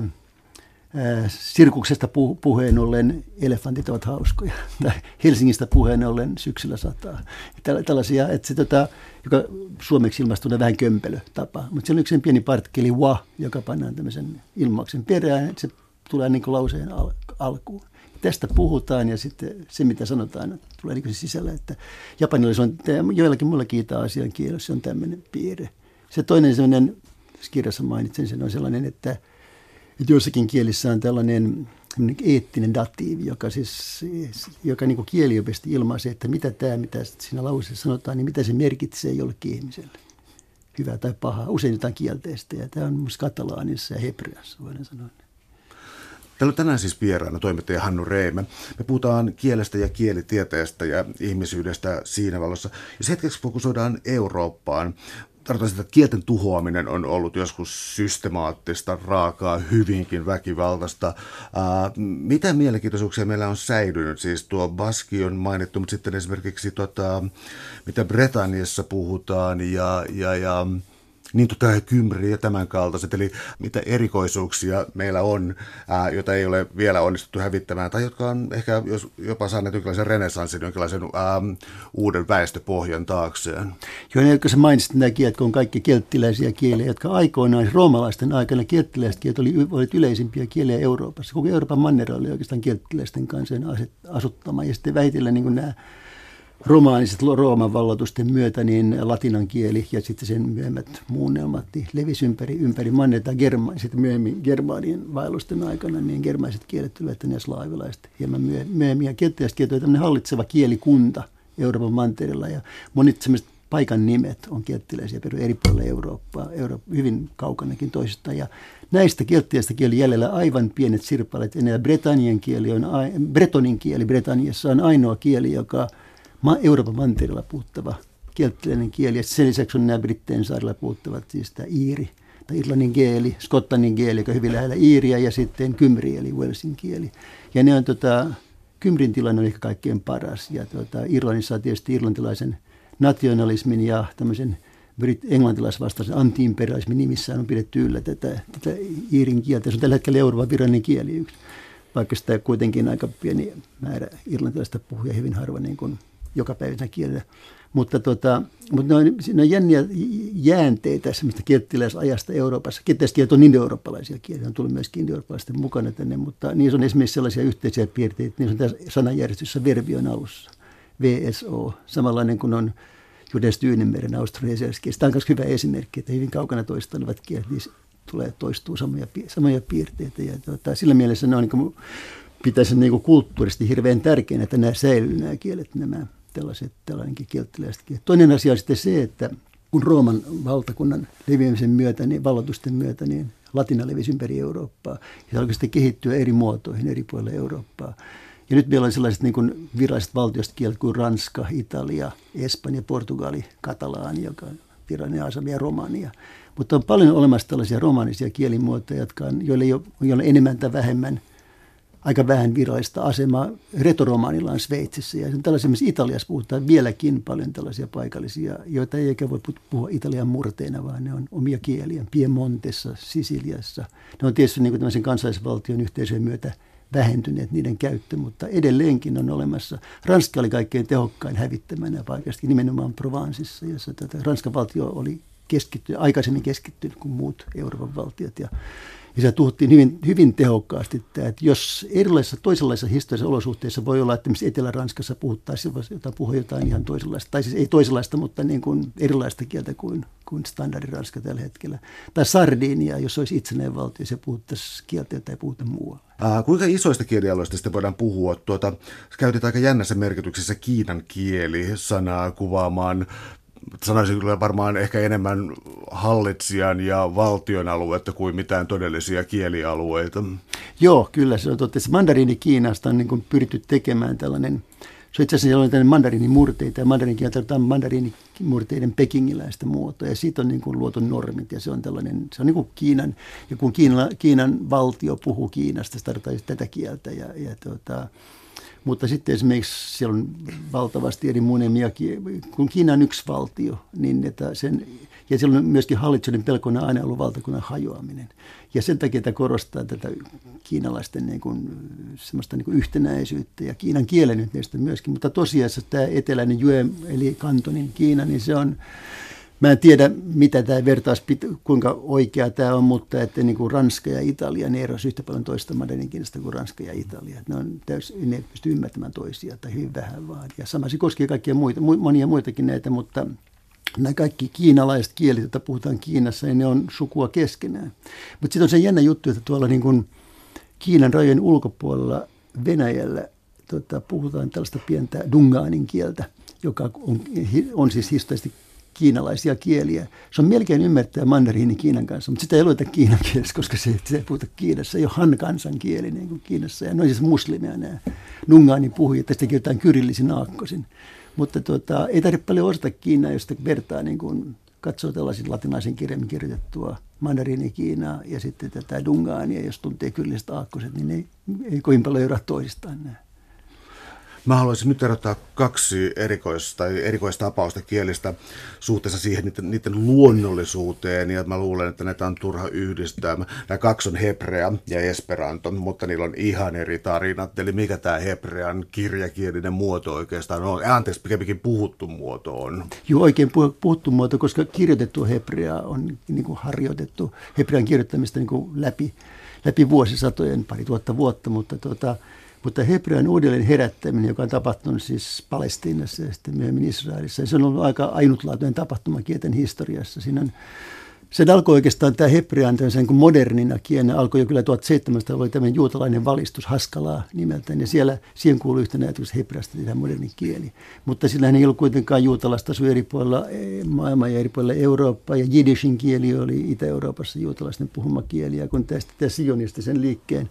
sirkuksesta puheen ollen elefantit ovat hauskoja, tai Helsingistä puheen ollen syksyllä sataa. Tällaisia, että se, tota, joka suomeksi ilmaistuna vähän kömpelö tapa, mutta siellä on yksi pieni partikkeli wa, joka pannaan tämmöisen ilmauksen perään, että se tulee niin kuin lauseen al- alkuun. Tästä puhutaan ja sitten se, mitä sanotaan, tulee niin kuin sisällä, että japanilla on, joillakin muilla kiitaa asian kielessä on tämmöinen piirre. Se toinen sellainen, kirjassa mainitsen sen, on sellainen, että Että joissakin kielissä on tällainen eettinen datiivi, joka, siis, joka niin kuin kieliopisesti ilmaisee, että mitä tämä, mitä siinä lauseessa sanotaan, niin mitä se merkitsee jollekin ihmiselle. Hyvä tai paha, usein jotain kielteistä. Ja tämä on myös katalaanissa ja hebreassa, voidaan sanoa. Täällä on tänään siis vieraana toimittaja Hannu Reimä. Me puhutaan kielestä ja kielitieteestä ja ihmisyydestä siinä valossa. Ja hetkeksi fokusoidaan Eurooppaan. Tarkoitan sitä, että kielten tuhoaminen on ollut joskus systemaattista, raakaa, hyvinkin väkivaltaista. Ää, mitä mielenkiintoisuuksia meillä on säilynyt? Siis tuo baski on mainittu, mutta sitten esimerkiksi tota, mitä Britanniassa puhutaan ja... ja, ja niin tota kymri ja tämän kaltaiset, eli mitä erikoisuuksia meillä on, ää, joita ei ole vielä onnistuttu hävittämään, tai jotka on ehkä jos jopa saaneet jonkinlaisen renessanssin, jonkinlaisen ää, uuden väestöpohjan taakseen. Joo, niin kun sä mainitsit nämä kielet, kun on kaikki kelttiläisiä kieliä, jotka aikoinaan roomalaisten aikana kelttiläiset kielet oli, olivat yleisimpiä kieliä Euroopassa. Koko Euroopan manner oli oikeastaan kelttiläisten kanssa asuttama, ja sitten vähitellen niin kuin nämä romaaniset Rooman valloitusten myötä niin latinan kieli ja sitten sen myöhemmät muunnelmat niin levisi ympäri, ympäri mannerta. Germa, sitten myöhemmin germaanien vaellusten aikana niin germaiset kielet tulivat ja slaavilaiset hieman myöhemmin. Ja kelttiläiset kielet oli tämmöinen hallitseva kielikunta Euroopan mantereella ja monet sellaiset paikan nimet on kelttiläisiä peru eri puolilla Eurooppaa, Eurooppa, hyvin kaukanakin toisistaan. Ja näistä kelttiläisistä kieli jäljellä aivan pienet sirpaleet. Enää Bretanien kieli on, bretonin kieli Britanniassa on ainoa kieli, joka Euroopan mantereella puhuttava kelttiläinen kieli, ja sen lisäksi on nämä Brittein saarilla puhuttavat, siis tämä iiri, tai irlannin kieli, skotlannin kieli, joka on hyvin lähellä iiriä, ja sitten kymri, eli Walesin kieli. Ja ne on, tota, kymrin tilanne on ehkä kaikkein paras, ja tota, Irlannissa on tietysti irlantilaisen nationalismin ja tämmöisen englantilaisvastaisen anti-imperialismin nimissään on pidetty yllä tätä, tätä iirin kieltä. Se on tällä hetkellä Euroopan virallinen kieli yksi, vaikka sitä kuitenkin aika pieni määrä irlantilaista puhuja hyvin harva niin kuin jokapäiväisenä kielenä. Mutta, tota, mutta ne on, ne on jänniä jäänteitä semmoista kelttiläisajasta Euroopassa. Kelttiläiskielet on indoeurooppalaisia kieliä, ne on tullut myöskin indoeurooppalaisten mukana tänne, mutta niissä on esimerkiksi sellaisia yhteisiä piirteitä, niissä on tässä sanajärjestyssä verbi on alussa, V S O, samanlainen kuin on Judes-Tyynenmeren australialaisessa kielessä. Tämä on myös hyvä esimerkki, että hyvin kaukana toista olevat kielet, niissä tulee toistuu samoja, samoja piirteitä. Ja tuota, sillä mielessä ne on, niin kuin, pitäisi niin kuin kulttuurisesti hirveän tärkeänä, että nämä säilyy nämä kielet, nämä tällaiset, tällainenkin kelttiläiset kielet. Toinen asia on sitten se, että kun Rooman valtakunnan leviämisen myötä, niin valloitusten myötä, niin latina levisi ympäri Eurooppaa. Ja se alkoi sitten kehittyä eri muotoihin eri puolilla Eurooppaa. Ja nyt meillä on sellaiset niin kuin viralliset valtiosta kielet kuin Ranska, Italia, Espanja, Portugali, Katalaani, joka on virallinen asema, ja Romania. Mutta on paljon olemassa tällaisia romaanisia kielimuotoja, jotka on, joilla ei ole, joilla on enemmän tai vähemmän aika vähän virallista asemaa. Retoromaanilla on Sveitsissä ja tällaisia, missä Italiassa puhutaan vieläkin paljon tällaisia paikallisia, joita ei eikä voi puhua italian murteina, vaan ne on omia kieliä. Piemontessa, Sisiliassa. Ne on tietysti niin kuin tämmöisen kansallisvaltion yhteisöjen myötä vähentyneet niiden käyttö, mutta edelleenkin on olemassa. Ranska oli kaikkein tehokkain hävittämänä paikasti, nimenomaan Provencessa, jossa tätä Ranskan valtio oli keskittynyt, aikaisemmin keskittynyt kuin muut Euroopan valtiot. Ja, ja se tuhottiin hyvin, hyvin tehokkaasti, että, että jos erilaisissa toisenlaisissa historiallisissa olosuhteissa voi olla, että Etelä-Ranskassa puhuttaisiin jotain, puhua jotain ihan toisenlaista, tai siis ei toisenlaista, mutta niin kuin erilaista kieltä kuin, kuin standardiranska tällä hetkellä. Tai Sardinia, jos olisi itsenäinen valtio, se puhuttaisiin kieltä, jota ei puhuta muualla. Äh, kuinka isoista kielialoista sitten voidaan puhua? Tuota, käytit aika jännässä merkityksessä kiinan kieli sanaa kuvaamaan. Sanoisin kyllä varmaan ehkä enemmän hallitsijan ja valtion aluetta kuin mitään todellisia kielialueita. Joo, kyllä se on totta. Mandariini Kiinasta on niin kuin pyritty tekemään tällainen, se on itse asiassa tällainen mandariinimurteita, ja mandariinikieltä tarvitaan mandariinimurteiden pekingiläistä muotoa, ja siitä on niin kuin luotu normit, ja se on tällainen, se on niin kuin Kiinan, ja kun Kiina, Kiinan valtio puhuu Kiinasta, se tarvitaan tätä kieltä, ja, ja tuota, mutta sitten esimerkiksi siellä on valtavasti eri munemia, kun Kiina on yksi valtio, niin että sen, ja siellä on myöskin hallitsijoiden pelkona aina ollut valtakunnan hajoaminen. Ja sen takia tämä korostaa tätä kiinalaisten niin kuin, semmoista niin kuin yhtenäisyyttä ja Kiinan kielen yhteistä myöskin. Mutta tosiasiassa tämä eteläinen Yue, eli kantonin Kiina, niin se on, mä en tiedä mitä tämä vertaus, kuinka oikea tämä on, mutta että niin kuin Ranska ja Italia, ne eroisivat yhtä paljon toista mandariinikielestä kuin Ranska ja Italia. Ne on täysin, ne ei pysty ymmärtämään toisia tai hyvin vähän vaan. Ja sama se koskee kaikkia muita, monia muitakin näitä, mutta nämä kaikki kiinalaiset kielet, joita puhutaan Kiinassa, niin ne on sukua keskenään. Mutta sitten on se jännä juttu, että tuolla niin kuin Kiinan rajojen ulkopuolella Venäjällä tota, puhutaan tällaista pientä dungaanin kieltä, joka on, on siis historiallisesti kiinalaisia kieliä. Se on melkein ymmärtää mandariini Kiinan kanssa, mutta sitä ei lueta kiinan kielessä, koska se, se ei puhuta Kiinassa. Se ei ole Han-kansan kieli niin kuin Kiinassa. Ja ne on siis muslimia nämä dungaanin puhujat, tästä kirjoitetaan kyrillisin aakkosin. Mutta tuota, ei tarvitse paljon osata Kiinaa, jos vertaa, niin kun katsoo tällaisen latinaisen kirjaimen kirjoitettua mandariini Kiinaa ja sitten tätä dungaania, jos tuntee kyrilliset aakkoset, niin ei, ei kovin paljon eroa toisistaan nämä. Mä haluaisin nyt erottaa kaksi erikois- tai erikoistapausta kielistä suhteessa siihen niiden, niiden luonnollisuuteen, ja mä luulen, että näitä on turha yhdistää. Nämä kaksi on hebrea ja esperanto, mutta niillä on ihan eri tarinat. Eli mikä tämä hebrean kirjakielinen muoto oikeastaan on? Anteeksi, pikemminkin puhuttu muoto on. Joo, oikein puhuttu muoto, koska kirjoitettu hebrea on niin kuin harjoitettu hebrean kirjoittamista niin kuin läpi, läpi vuosisatojen, pari tuhatta vuotta, mutta tuota, Mutta hebrean uudelleen herättäminen, joka on tapahtunut siis Palestiinassa ja sitten myöhemmin Israelissa, se on ollut aika ainutlaatuinen tapahtuma kielten historiassa. Siinä on, se alkoi oikeastaan tämä hebrean niin kuin modernina kielenä, alkoi jo kyllä tuhatseitsemänsataa, oli tämmöinen juutalainen valistus Haskalaa nimeltään, ja siellä, siihen kuului yhtenä ajatus hebreasta tehdään moderni kieli. Mutta sillähän ei ollut kuitenkaan juutalaista asua eri puolilla maailmaa ja eri puolilla Eurooppaa, ja jiddishin kieli oli Itä-Euroopassa juutalaisten puhuma kieli, ja kun tästä tämä sionistisen liikkeen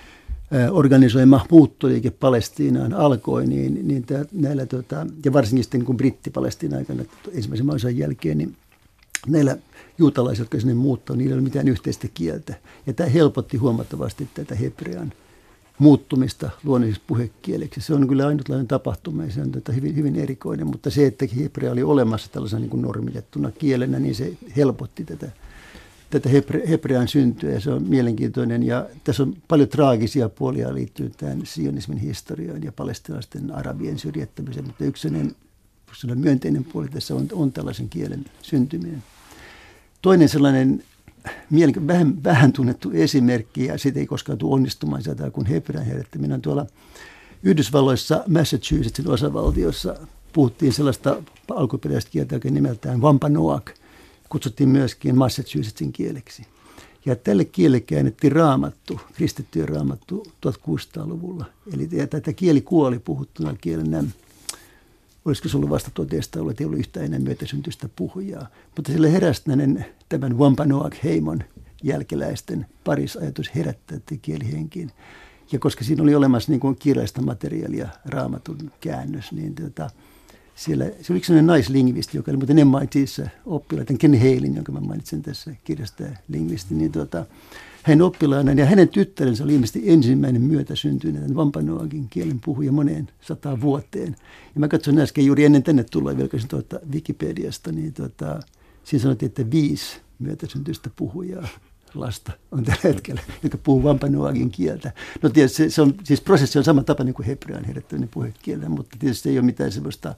organisoima muuttoliike Palestiinaan alkoi, niin, niin tää, näillä, tota, ja varsinkin sitten niin britti-Palestiinan aikana ensimmäisen maailmansodan jälkeen, niin näillä juutalaisilla, jotka sinne muuttoi, niillä ei ole mitään yhteistä kieltä. Ja tämä helpotti huomattavasti tätä hebrean muuttumista luonnolliseksi puhekieleksi. Se on kyllä ainutlainen tapahtuma ja se on tota hyvin, hyvin erikoinen, mutta se, että hebrea oli olemassa tällaisena niin kuin normitettuna kielenä, niin se helpotti tätä, tätä hebre, hebrean syntyä, ja se on mielenkiintoinen. Ja tässä on paljon traagisia puolia liittyen tähän sionismin historiaan ja palestiinalaisten arabien syrjättämiseen, mutta yksi sellainen myönteinen puoli tässä on, on tällaisen kielen syntyminen. Toinen sellainen mielen, vähän, vähän tunnettu esimerkki, ja siitä ei koskaan tule onnistumaan sitä, kun hebrean herättäminen on tuolla Yhdysvalloissa Massachusettsin osavaltiossa. Puhuttiin sellaista alkuperäistä kieltä, joka nimeltään Wampanoag, kutsuttiin myöskin Massachusettsin kieleksi. Ja tälle kielelle käännettiin raamattu, kristittyjen raamattu tuhatkuusisataaluvulla. Eli tätä kieli kuoli puhuttuna kielenä. Olisiko se ollut vasta tuhatyhdeksänsataaluvulla, että ei ollut yhtään enää myötäsyntyistä puhujaa. Mutta sille heräsi tämän Wampanoag-heimon jälkeläisten paris ajatus herättää kielihenkiin. Ja koska siinä oli olemassa niin kuin kirjallista materiaalia, raamatun käännös, niin tota, siellä, se oli sellainen naislingvisti, joka oli muuten M I T:ssä oppilaita, Ken Halin, jonka mä mainitsen tässä kirjasta, lingvisti, niin tota, hän oppilaana ja hänen tyttärensä oli ilmeisesti ensimmäinen myötäsyntyinen Wampanoagin kielen puhuja moneen sataan vuoteen. Ja mä katsoin äsken juuri ennen tänne tulla vilkaisin tuota Wikipediasta, niin tota, siinä sanottiin, että viisi myötäsyntyistä puhujaa lasta on tällä hetkellä, joka puhuu Wampanoagin kieltä. No tietysti se, se on, siis prosessi on sama tapa niin kuin hebrean herättäminen puhekieltä, mutta tietysti ei ole mitään sellaista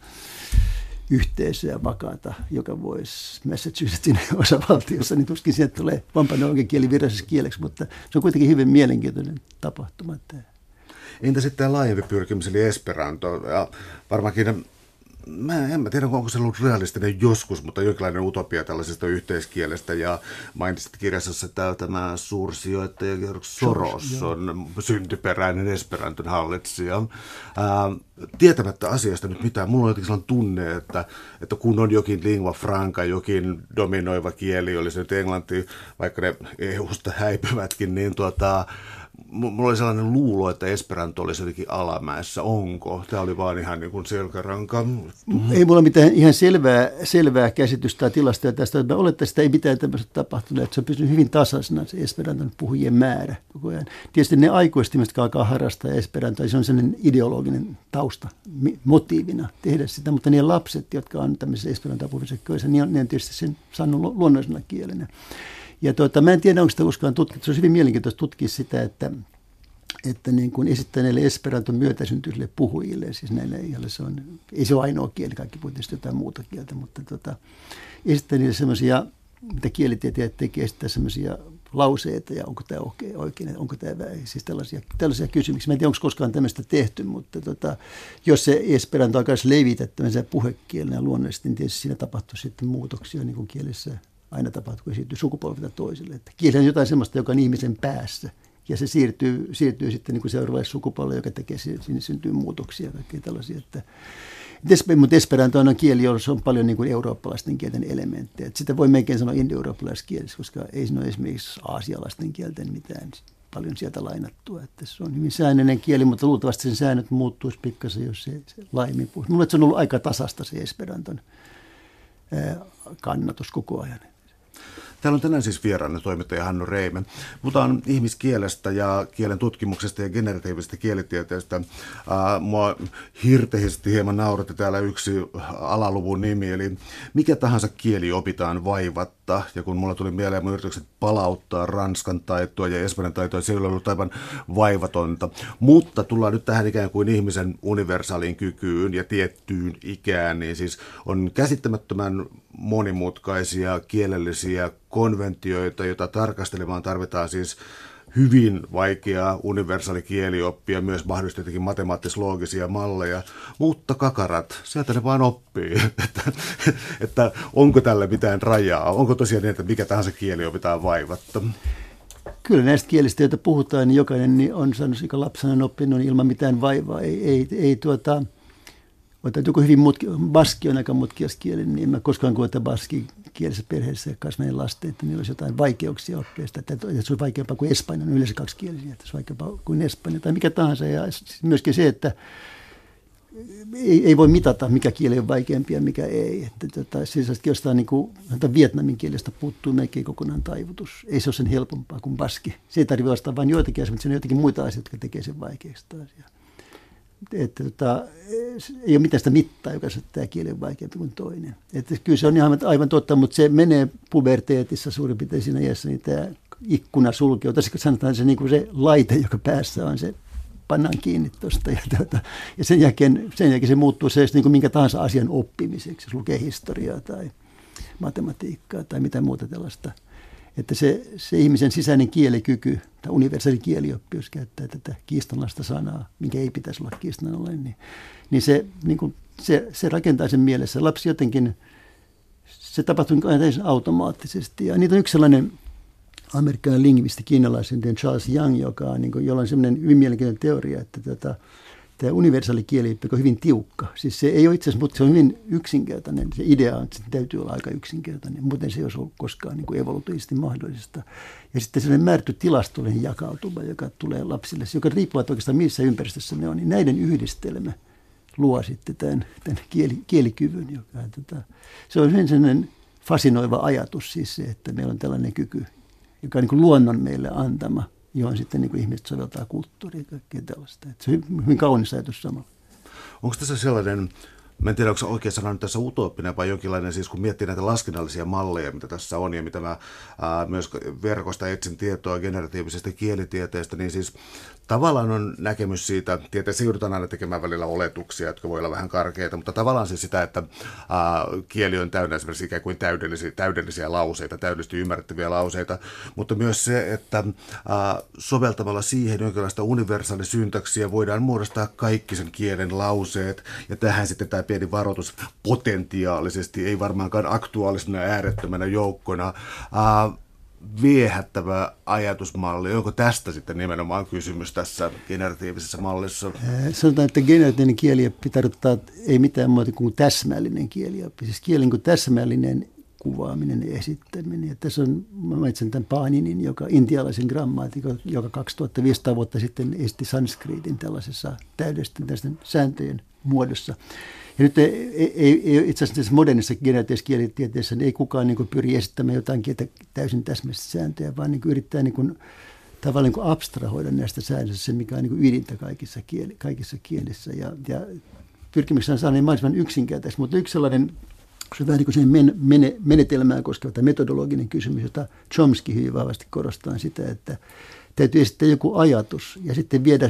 yhteisöä vakaata, joka voisi Massachusettsin osavaltiossa, niin tuskin sieltä tulee Wampanoagin kieli virallisessa kieleksi, mutta se on kuitenkin hyvin mielenkiintoinen tapahtuma. Entä sitten laajempi pyrkimys, eli Esperanto? Ja varmaankin, mä en mä tiedä, onko se ollut realistinen joskus, mutta jonkinlainen utopia tällaisesta yhteiskielestä. Ja mainitsit kirjassa, että tämä suursijoittaja George Soros on syntyperäinen Esperanton hallitsija. Ää, tietämättä asiasta nyt mitään, mulla on jotenkin sellainen tunne, että, että kun on jokin lingua franca, jokin dominoiva kieli, oli se nyt englanti, vaikka ne E U:sta häipyvätkin, niin tuota... Mulla oli sellainen luulo, että Esperanto olisi jotenkin alamäessä. Onko? Tämä oli vaan ihan niin kuin selkäranka. Ei mulla mitään ihan selvää, selvää käsitystä tai tilastoja tästä. Mä olettaisin, että ei mitään tämmöistä tapahtunut. Että se on pysynyt hyvin tasaisena se Esperanton puhujien määrä koko ajan. Tietysti ne aikuistimet, jotka alkaa harrastaa Esperantoa, se on sellainen ideologinen tausta motiivina tehdä sitä. Mutta ne lapset, jotka on tämmöisessä Esperantoa puhuvissa köissä, niin on, ne on tietysti sen saanut luonnollisena kielenä. Ja tuota, mä en tiedä, onko sitä koskaan tutkittu. Se on hyvin mielenkiintoista tutkia sitä, että, että niin kuin esittää näille Esperanton myötäsyntyisille puhujille, siis näille, se on, ei se ole ainoa kieli, kaikki puhutaan jotain muuta kieltä, mutta tuota, esittää niille semmoisia, mitä kielitieteilijät tekee, esittää semmoisia lauseita, ja onko tämä oikein, oikein onko tämä väärin, siis tällaisia, tällaisia kysymyksiä. Mä en tiedä, onko koskaan tämmöistä tehty, mutta tuota, jos se Esperanto alkaisi levitä tämmöisen puhekielenä luonnollisesti, niin tietysti siinä tapahtuu sitten muutoksia niin kuin kielessä. Aina tapahtuu, kun siirtyy sukupolvilta toiselle. Että kieli on jotain sellaista, joka on ihmisen päässä. Ja se siirtyy, siirtyy sitten niin kuin seuraavalle sukupolvelle, joka tekee, sinne syntyy muutoksia ja kaikkea tällaisia. Että, mutta Esperanto on kieli, jossa on paljon niin kuin eurooppalaisten kielten elementtejä. Että sitä voi melkein sanoa indoeurooppalaisessa kielessä, koska ei siinä ole esimerkiksi aasialaisten kielten mitään paljon sieltä lainattua. Että se on hyvin säännöllinen kieli, mutta luultavasti sen säännöt muuttuisi pikkasen, jos se, se laajemmin puhuisi. Minulla se on ollut aika tasasta se Esperanton ää, kannatus koko ajan. Täällä on tänään siis vieraana toimittaja Hannu Reime. Puhutaan ihmiskielestä ja kielen tutkimuksesta ja generatiivisesta kielitieteestä. Uh, mua hirteisesti hieman nauratti täällä yksi alaluvun nimi, eli mikä tahansa kieli opitaan vaivatta. Ja kun mulla tuli mieleen mun yritykset palauttaa ranskan taitoa ja espanjan taitoa, se ei ole ollut aivan vaivatonta. Mutta tullaan nyt tähän ikään kuin ihmisen universaaliin kykyyn ja tiettyyn ikään, niin siis on käsittämättömän monimutkaisia kielellisiä konventioita, joita tarkastelemaan tarvitaan siis hyvin vaikeaa universaali kielioppia, myös mahdollisesti jotenkin matemaattis-loogisia malleja, mutta kakarat, sieltä ne vaan oppii, että, että onko tällä mitään rajaa, onko tosiaan niin, että mikä tahansa kieli opitaan vaivatta? Kyllä näistä kielistä, joita puhutaan, niin jokainen on saanut, joka lapsena oppinut ilman mitään vaivaa, ei, ei, ei tuota... Otan joku hyvin mutki, baski on aika mutkias kieli, niin en mä koskaan koeta baski kielisessä perheessä kasvaneen lasten, että niillä olisi jotain vaikeuksia oppia sitä, että se on vaikeampaa kuin espanja, on yleensä kaksikielisiä, että se on vaikeampaa kuin espanja tai mikä tahansa. Ja myöskin se, että ei, ei voi mitata, mikä kieli on vaikeampi ja mikä ei. Että, tota, siis jostain niin kuin, vietnamin kielestä puuttuu melkein kokonaan taivutus. Ei se ole sen helpompaa kuin baski. Se ei tarvitse vastaan vain joitakin asioita, mutta se on joitakin muita asioita, jotka tekee sen vaikeaksi taas. että tota, ei ole mitään sitä mittaa, joka sanoo, että tämä kieli on vaikeampi kuin toinen. Että kyllä se on ihan aivan totta, mutta se menee puberteetissa suurin piirtein siinä iässä, niin tämä ikkuna sulkeutuu. Tai sanotaan se, niin kuin se laite, joka päässä on, se pannaan kiinni tuosta. Ja, tuota, ja sen, jälkeen, sen jälkeen se muuttuu se niin kuin minkä tahansa asian oppimiseksi, jos lukee historiaa tai matematiikkaa tai mitä muuta tällaista. Että se, se ihmisen sisäinen kielikyky, tai universaali kielioppi, jos käyttää tätä kiistanlaista sanaa, minkä ei pitäisi olla kiistanalainen, niin, niin, se, niin kuin, se, se rakentaa sen mielessä. Lapsi jotenkin, se tapahtuu täysin automaattisesti. Ja niitä on yksi sellainen amerikkalainen lingvisti, kiinalaisen Charles Young, joka on, niin kuin, jolla on sellainen hyvin mielenkiintoinen teoria, että tätä, tämä universaali kielioppi on hyvin tiukka. Siis se ei ole itse asiassa, mutta se on hyvin yksinkertainen. Se idea on, että se täytyy olla aika yksinkertainen, muuten se ei olisi ollut koskaan niin kuin evolutiivisesti mahdollista. Ja sitten sellainen määrätty tilastollinen jakautuma, joka tulee lapsille, joka riippuu oikeastaan missä ympäristössä ne on, niin näiden yhdistelmä luo sitten tämän, tämän kieli, kielikyvyn. Joka, tota, se on hyvin sellainen fasinoiva ajatus siis se, että meillä on tällainen kyky, joka on niin kuin luonnon meille antama, johon sitten niin kuin ihmiset soveltaa kulttuuria ja kaikkea tällaista. Että se on hyvin kaunis ajatus samalla. Onko tässä sellainen, mä en tiedä, onko oikein sanonut tässä utooppinen vai jonkinlainen, siis kun miettii näitä laskennallisia malleja, mitä tässä on ja mitä mä ää, myös verkosta etsin tietoa generatiivisesta kielitieteestä, niin siis tavallaan on näkemys siitä, tieteessä joudutaan aina tekemään välillä oletuksia, jotka voi olla vähän karkeita, mutta tavallaan siis sitä, että ää, kieli on täynnä esimerkiksi ikään kuin täydellisiä, täydellisiä lauseita, täydellisesti ymmärrettäviä lauseita, mutta myös se, että ää, soveltamalla siihen jonkinlaista universaalisyntaksia voidaan muodostaa kaikki sen kielen lauseet, ja tähän sitten tämä pieni varoitus potentiaalisesti, ei varmaankaan aktuaalisena äärettömänä joukkona, ää, viehättävä ajatusmalli. Onko tästä sitten nimenomaan kysymys tässä generatiivisessa mallissa? Sanotaan, että generatiivinen kielioppi tarkoittaa ei mitään muuta kuin täsmällinen kielioppi. Siis kielen kuin täsmällinen kuvaaminen ja esittäminen. Ja tässä on, mä mainitsen tämän Paninin, joka intialaisen grammaatikon, joka kaksituhattaviisisataa vuotta sitten esti sanskriitin tällaisessa täydellisten tällaisten sääntöjen muodossa. Ja nyt ei, ei, ei itse asiassa modernissa generatiivisessa kielitieteessä niin ei kukaan niin kuin pyri esittämään jotain kieltä täysin täsmällistä sääntöjä, vaan niin kuin yrittää niin kuin, tavallaan niin kuin abstrahoida näistä säännöistä se, mikä on niin kuin ydintä kaikissa, kieli, kaikissa kielissä. Ja, ja pyrkimyksenä saada niin mahdollisimman yksinkertaisesti, mutta yksi sellainen, se on vähän niin kuin men, men, menetelmää koskeva tai metodologinen kysymys, jota Chomsky hyvin vahvasti korostaa sitä, että täytyy esittää joku ajatus ja sitten viedä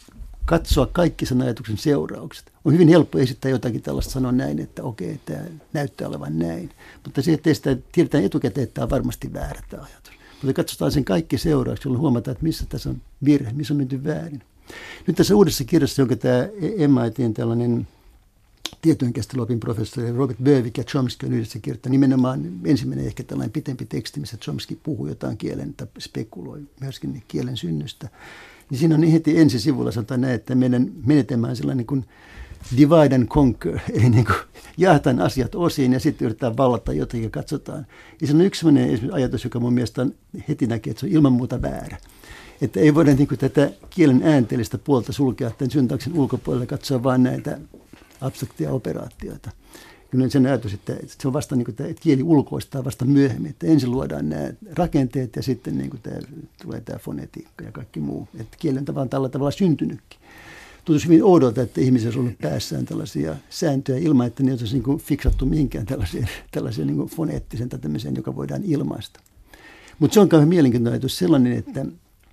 katsoa kaikki sen ajatuksen seuraukset. On hyvin helppo esittää jotakin tällaista, sanoa näin, että okei, tämä näyttää olevan näin. Mutta se, että sitä tiedetään etukäteen, että tämä on varmasti väärä tämä ajatus. Mutta katsotaan sen kaikki seuraukset, jolloin huomataan, että missä tässä on virhe, missä on menty väärin. Nyt tässä uudessa kirjassa, jonka tämä M I T:n tällainen tietojenkäsittelyopin professori Robert Berwick ja Chomsky on yhdessä kirjoittanut nimenomaan ensimmäinen ehkä tällainen pitempi teksti, missä Chomsky puhuu jotain kielen tai spekuloi myöskin kielen synnystä. Niin siinä on heti ensi sivulla sanotaan näin, että meidän menetelmä on sellainen niin kuin divide and conquer, eli niin kuin jaetaan asiat osiin ja sitten yritetään vallata jotakin ja katsotaan. Ja se on yksi sellainen ajatus, joka mun mielestä on, heti näkee, että se on ilman muuta väärä. Että ei voida niin kuin tätä kielen äänteellistä puolta sulkea tämän syntaksin ulkopuolelle, katsoa vain näitä abstraktia operaatioita. Kyllä sen ajatus, että se on vasta niin kuin, että kieli ulkoistaa vasta myöhemmin, että ensin luodaan nämä rakenteet ja sitten niin kuin tämä, tulee tämä fonetiikka ja kaikki muu. Että kieli on tavallaan tällä tavalla syntynytkin. Tuntuisi hyvin oudolta, että ihmisessä on ollut päässään tällaisia sääntöjä ilman, että ne olisi niin kuin fiksattu mihinkään tällaiseen, tällaiseen niin kuin foneettisen tai tämmöiseen, joka voidaan ilmaista. Mutta se on kauhean mielenkiintoinen ajatus sellainen, että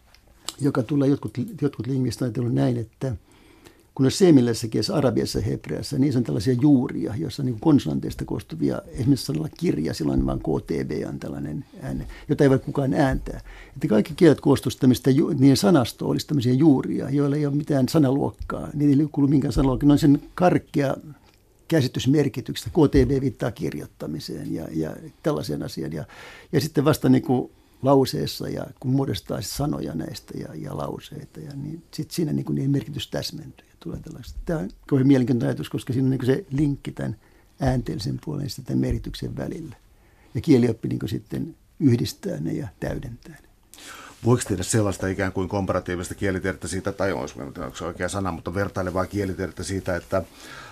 joka tulee jotkut, jotkut lingvistit ajatellut näin, että kun on seemillässä kielessä, arabiassa ja hebreassa, niin on tällaisia juuria, joissa on niin konsonanteista koostuvia, esimerkiksi sanalla kirja, silloin vaan K T V on tällainen ääne, jota ei voi kukaan ääntää. Että kaikki kielet koostuisivat tämmöistä, niiden sanasto olisi tämmöisiä juuria, joilla ei ole mitään sanaluokkaa, niillä ei kuulu minkään sanaluokkaa, ne on sen karkkea käsitysmerkityksestä. K T V viittaa kirjoittamiseen ja, ja tällaiseen asiaan. Ja, ja sitten vasta niin kuin lauseessa, ja kun muodostaa sanoja näistä ja, ja lauseita, ja niin sitten siinä niin kuin niiden merkitys täsmentyy. Tulee tällaista. Tämä on kovin mielenkiintoinen ajatus, koska siinä on niin se linkki tämän äänteellisen puolen ja tämän merityksen välillä. Ja kielioppi niin sitten yhdistää ne ja täydentää ne. voiko tehdä sellaista ikään kuin komparatiivista kielitiedettä siitä, tai onko se oikea sana, mutta vertailevaa kielitiedettä siitä, että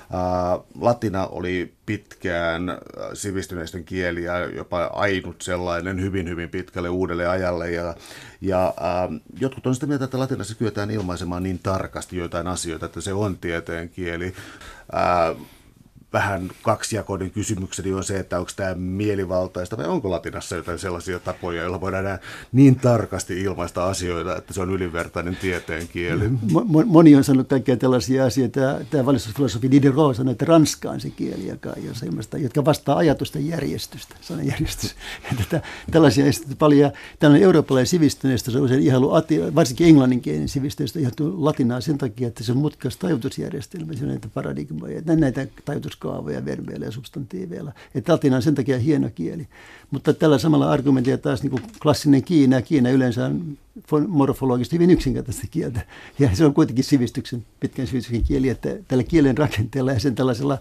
ää, latina oli pitkään sivistyneistön kieli ja jopa ainut sellainen hyvin, hyvin pitkälle uudelle ajalle. Ja, ja ää, jotkut on sitä mieltä, että latinassa kyetään ilmaisemaan niin tarkasti joitain asioita, että se on tieteen kieli. Ää, Vähän kaksijakoinen kysymykseni on se, että onko tämä mielivaltaista vai onko latinassa jotain sellaisia tapoja, joilla voidaan nähdä niin tarkasti ilmaista asioita, että se on ylivertainen tieteen kieli. Moni on sanonut kaikkea tällaisia asioita. Tämä valistusfilosofi Diderot sanoi, että ranska on se kieli, joka, jotka vastaa ajatusten järjestystä, sanajärjestys. Tätä, tällaisia esitetty paljon. Tällainen eurooppalainen sivistyneistö, se on usein ihailu, varsinkin englanninkielinen sivistyneistö, ihailu latinaa sen takia, että se on mutkikas tajutusjärjestelmä, se on näitä paradigmoja, näitä tajutus kaavoja, verbeillä ja substantiiveilla. Että latina on sen takia hieno kieli. Mutta tällä samalla argumentilla taas niin kuin klassinen Kiina, Kiina yleensä on morfologisesti hyvin yksinkertaista kieltä. Ja se on kuitenkin sivistyksen, pitkän sivistyksen kieli, että tällä kielen rakenteella ja sen tällaisella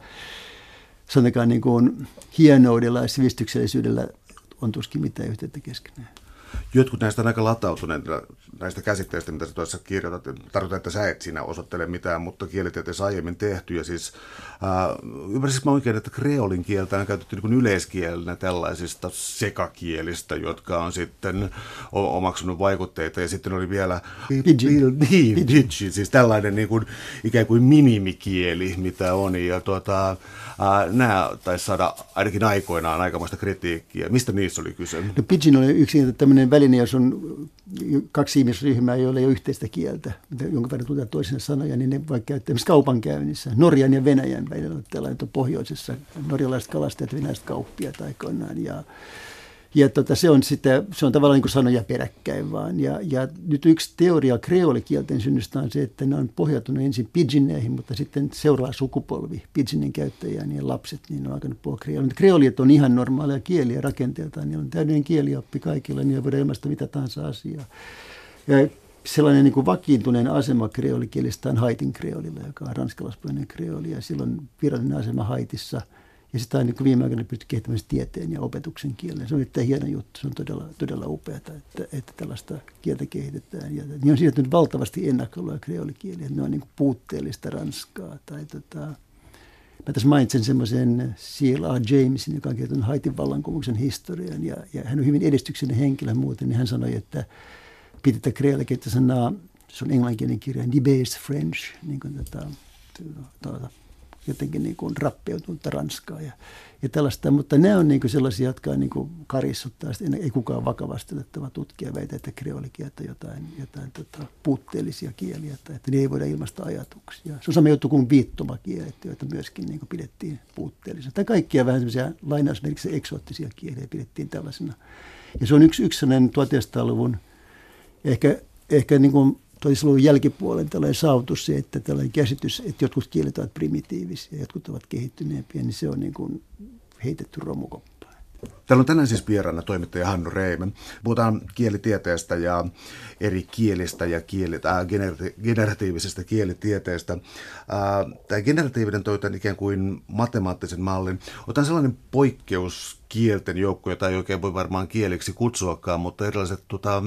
sanotaan niin kuin hienoudella ja sivistyksellisyydellä on tuskin mitään yhteyttä keskenään. Jotkut näistä on aika latautuneita näistä käsitteistä, mitä sä tuossa kirjoitat. Tarkoitan, että sä et siinä osoittele mitään, mutta kielitieteessä aiemmin tehty. Ja siis, äh, ymmärsinkö mä oikein, että kreolin kieltä on käytetty niin yleiskielenä tällaisista sekakielistä, jotka on sitten omaksunut vaikutteita. Ja sitten oli vielä Pidgin. Niin, Pidgin, siis tällainen niin kuin, ikään kuin minimikieli, mitä on. Ja tuota, äh, nämä taisi saada ainakin aikoinaan aikamoista kritiikkiä. Mistä niissä oli kyse? No, Pidgin oli yksin tämmöinen väline, jos on kaksi ihmisryhmää, joilla ei ole yhteistä kieltä, jonka verran tuntetaan toisensa sanoja, niin ne voi käyttää esimerkiksi kaupankäynnissä. Norjan ja Venäjän välillä on tällainen on pohjoisessa, norjalaiset kalastajat, venäläiset kauppiaat aikoinaan. Ja, ja tota, se, on sitä, se on tavallaan niin kuin sanoja peräkkäin vaan. Ja, ja nyt yksi teoria kreolikielten synnystä on se, että ne on pohjautunut ensin pidgineihin, mutta sitten seuraava sukupolvi, pidginin käyttäjään ja lapset, niin on alkanut puhua kreolia. Kreoliat on ihan normaaleja kieliä rakenteeltaan, niillä on täydellinen kielioppi kaikilla, niin voidaan ilmaista mitä tahansa asiaa. Ja sellainen niin kuin vakiintuneen asema kreolikielistä on Haitin kreolilla, joka on ranskalaispuolinen kreoli, ja silloin virallinen asema Haitissa. Ja sitä on niin viime aikoina pystytty kehittämään tieteen ja opetuksen kielen. Se on erittäin hieno juttu, se on todella, todella upeaa, että, että tällaista kieltä kehitetään. Ja niin on siirtynyt valtavasti ennakkoluja kreolikieliä, ne on niin puutteellista ranskaa. Tai tota, mä tässä mainitsen semmoisen C L A Jamesin, joka on kirjoittanut Haitin vallankumouksen historian, ja, ja hän on hyvin edistyksellinen henkilö muuten, niin hän sanoi, että piti tätä kreolikieltä sanaa, se on englanninkielinen kirja, debased French, niin kuin tätä, tuota, jotenkin niin kuin rappeutunutta ranskaa ja, ja tällaista, mutta nämä on niin kuin sellaisia, jotka on niin kuin karissuttaa, ei kukaan vakavasti otettava tutkija väitä, että kreolikieltä on jotain, jotain tota, puutteellisia kieliä, että, että ne ei voida ilmaista ajatuksia. Se on sama juttu kuin viittomakielet, joita myöskin niin kuin pidettiin puutteellisena. Tai kaikkia vähän semmoisia lainausmerkiksi eksoottisia kieliä pidettiin tällaisena. Ja se on yksi, yksi sellainen tuhatkahdeksansataaluvun ehkä, ehkä niin kuin toiseluvun jälkipuolen tällainen saavutus se, että tällainen käsitys, että jotkut kielet ovat primitiivisia ja jotkut ovat kehittyneempiä, niin se on niin kuin heitetty romukoppaan. Täällä on tänään siis vieraana toimittaja Hannu Reimä. Puhutaan kielitieteestä ja eri kielistä ja kieli, äh, generatiivisesta kielitieteestä. Äh, tämä generatiivinen toi tämän ikään kuin matemaattisen mallin. Otan sellainen poikkeus kielten joukko, jota ei oikein voi varmaan kieliksi kutsuakaan, mutta erilaiset tota,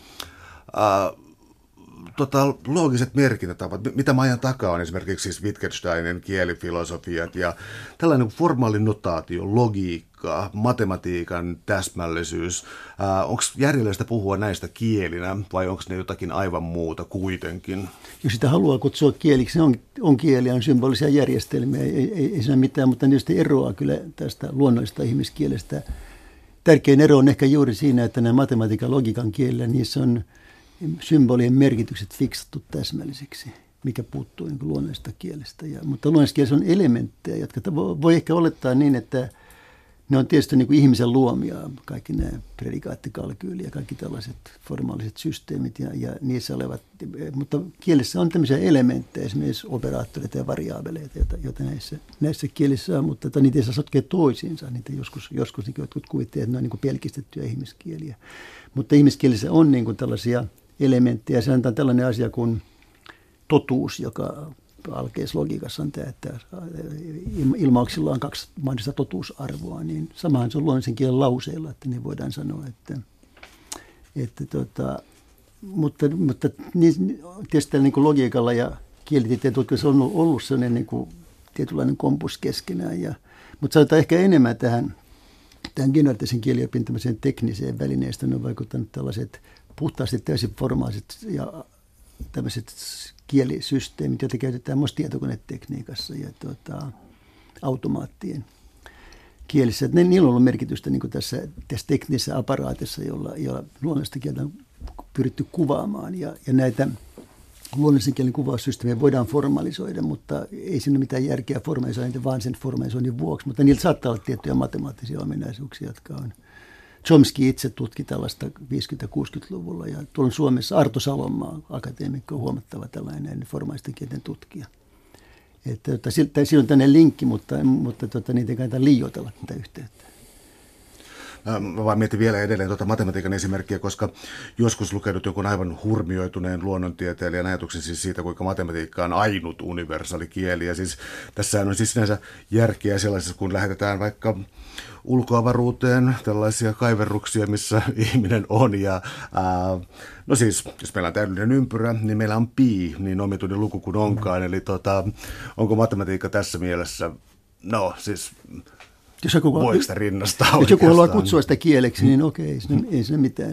äh, Tota, loogiset merkintätavat, mitä mä ajan takaa on esimerkiksi siis Wittgensteinin kielifilosofiat ja tällainen formaali notaatio, logiikka, matematiikan täsmällisyys. Äh, onko järjellistä puhua näistä kielinä vai onko ne jotakin aivan muuta kuitenkin? Jos sitä haluaa kutsua kieliksi, ne on, on kieliä, on symbolisia järjestelmiä, ei, ei, ei siinä mitään, mutta niistä eroaa kyllä tästä luonnollisesta ihmiskielestä. Tärkein ero on ehkä juuri siinä, että nämä matematiikan logiikan kielillä, niissä on symbolien merkitykset fiksattu täsmälliseksi, mikä puuttuu niin luonnollisesta kielestä. Ja, mutta luonnollisessa kielessä on elementtejä, jotka voi ehkä olettaa niin, että ne on tietysti niin kuin ihmisen luomia, kaikki nämä predikaattikalkyyli ja kaikki tällaiset formaaliset systeemit ja, ja niissä olevat, mutta kielessä on tämmöisiä elementtejä, esimerkiksi operaattoreita ja variaabeleita, joita, joita näissä, näissä kielissä on, mutta niitä ei saa sotkea toisiinsa, niitä joskus, joskus niin jotkut kuvittelevat, että ne on niin kuin pelkistettyjä ihmiskieliä, mutta ihmiskielissä on niin kuin tällaisia elementtejä. Se on tällainen asia kuin totuus, joka alkeislogiikassa on tämä, että ilmauksilla on kaksi mahdollista totuusarvoa, niin samahan se on luonnollisen kielen lauseilla, että niin voidaan sanoa, että, että tota, mutta, mutta niin, tietysti niin kuin logiikalla ja kielitieteen tutkimus on ollut sellainen niin kuin tietynlainen kompus keskenään. Ja, mutta sanotaan ehkä enemmän tähän, tähän generatiivisen kieliopin tämmöiseen tekniseen välineistöön on vaikuttanut tällaiset puhtaasti täysin formaalit ja tämmöiset kielisysteemit, joita käytetään myös tietokonetekniikassa ja tuota, automaattien kielissä. Ne, niillä on ollut merkitystä niin kuin tässä, tässä teknisessä aparaatissa, jolla, jolla luonnollista kieltä on pyritty kuvaamaan. Ja, ja näitä luonnollisen kielen kuvaussysteemejä voidaan formalisoida, mutta ei siinä ole mitään järkeä formalisoida vaan sen formalisoinnin vuoksi. Mutta niillä saattaa olla tiettyjä matemaattisia ominaisuuksia, jotka on. Chomsky itse tutki tällaista viisikymmentä-kuusikymmentäluvulla ja tuolla Suomessa Arto Salomaa, akateemikko, on huomattava tällainen formaalisten kielten tutkija. Että, että, siinä on tämmöinen linkki, mutta, mutta tota, niitä ei kannata liioitella tätä yhteyttä. Mä vaan mietin vielä edelleen tuota matematiikan esimerkkiä, koska joskus lukenut jonkun aivan hurmioituneen luonnontieteilijän ajatuksen siis siitä, kuinka matematiikka on ainut universaali kieli. Ja siis tässähän on siis sinänsä järkeä sellaisessa, kun lähetetään vaikka ulkoavaruuteen tällaisia kaiverruksia, missä ihminen on. Ja, ää, no siis, jos meillä on täydellinen ympyrä, niin meillä on pi, niin omituinen luku kuin onkaan. Eli tota, onko matematiikka tässä mielessä, no siis... Jos joku, voiko sitä rinnastaa jos oikeastaan? Joku haluaa kutsua sitä kieleksi, niin okei, ei siinä, ei siinä mitään.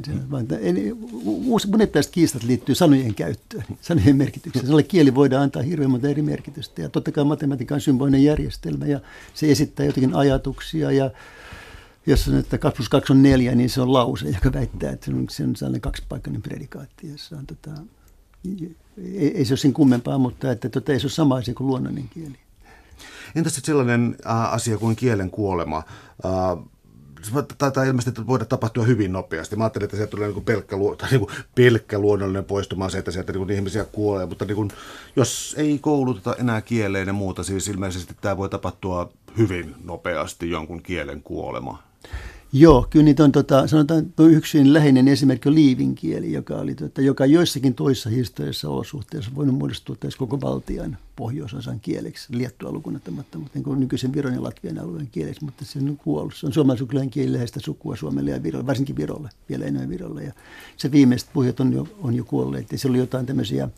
Monet tästä kiistat liittyy sanojen käyttöön, sanojen merkitykseen. Sanolle kieli voidaan antaa hirveän monta eri merkitystä. Ja totta kai matematiikka on symbolinen järjestelmä ja se esittää jotakin ajatuksia. Ja jos sanoo, että kaksi plus kaksi on neljä, niin se on lause, joka väittää, että se on sellainen kaksipaikkainen predikaatti. Jossa on, tota, ei, ei se ole siinä kummempaa, mutta että, tota, ei se ole sama asia kuin luonnollinen kieli. Entäs sitten sellainen äh, asia kuin kielen kuolema? Äh, se taitaa ilmeisesti voida tapahtua hyvin nopeasti. Mä ajattelin, että sieltä tulee niin pelkkä, tai niin pelkkä luonnollinen poistuma se, että sieltä niin ihmisiä kuolee. Mutta niin kuin, jos ei kouluteta enää kieleen ja muuta, siis ilmeisesti tämä voi tapahtua hyvin nopeasti jonkun kielen kuolema. Joo, kyllä niitä on, tota, sanotaan, yksi läheinen esimerkki on liivin kieli, joka, oli, tota, joka joissakin toissa historiassa olosuhteissa on voinut muodostua tässä koko valtion pohjoisosan kieleksi, Liettua lukunottamatta, mutta niin nykyisen Viron ja Latvian alueen kieleksi, mutta se on kuollut. Se on suomalaisuuklainen kieli läheistä sukua Suomelle ja Virolle, varsinkin Virolle, vielä enemmän Virolle. Ja se viimeiset puhujat on jo, on jo kuolleet ja siellä oli jotain tämmöisiä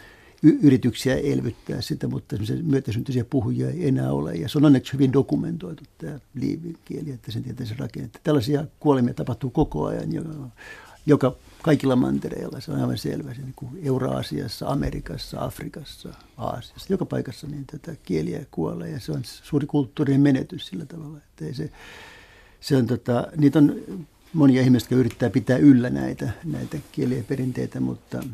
y- yrityksiä elvyttää sitä, mutta myötäsyntyisiä puhujia ei enää ole. Ja se on onneksi hyvin dokumentoitu tämä liivin kieli, että sen tietää se rakenne. Tällaisia kuolemia tapahtuu koko ajan, joka, joka kaikilla mantereilla, se on aivan selvä. Se, niin kuin Euraasiassa, Amerikassa, Afrikassa, Aasiassa, joka paikassa niin tätä kieliä kuolee ja se on suuri kulttuurinen menetys sillä tavalla. Että ei se, se on, tota, niitä on monia ihmisiä, jotka yrittää pitää yllä näitä, näitä kieliä ja perinteitä, mutta...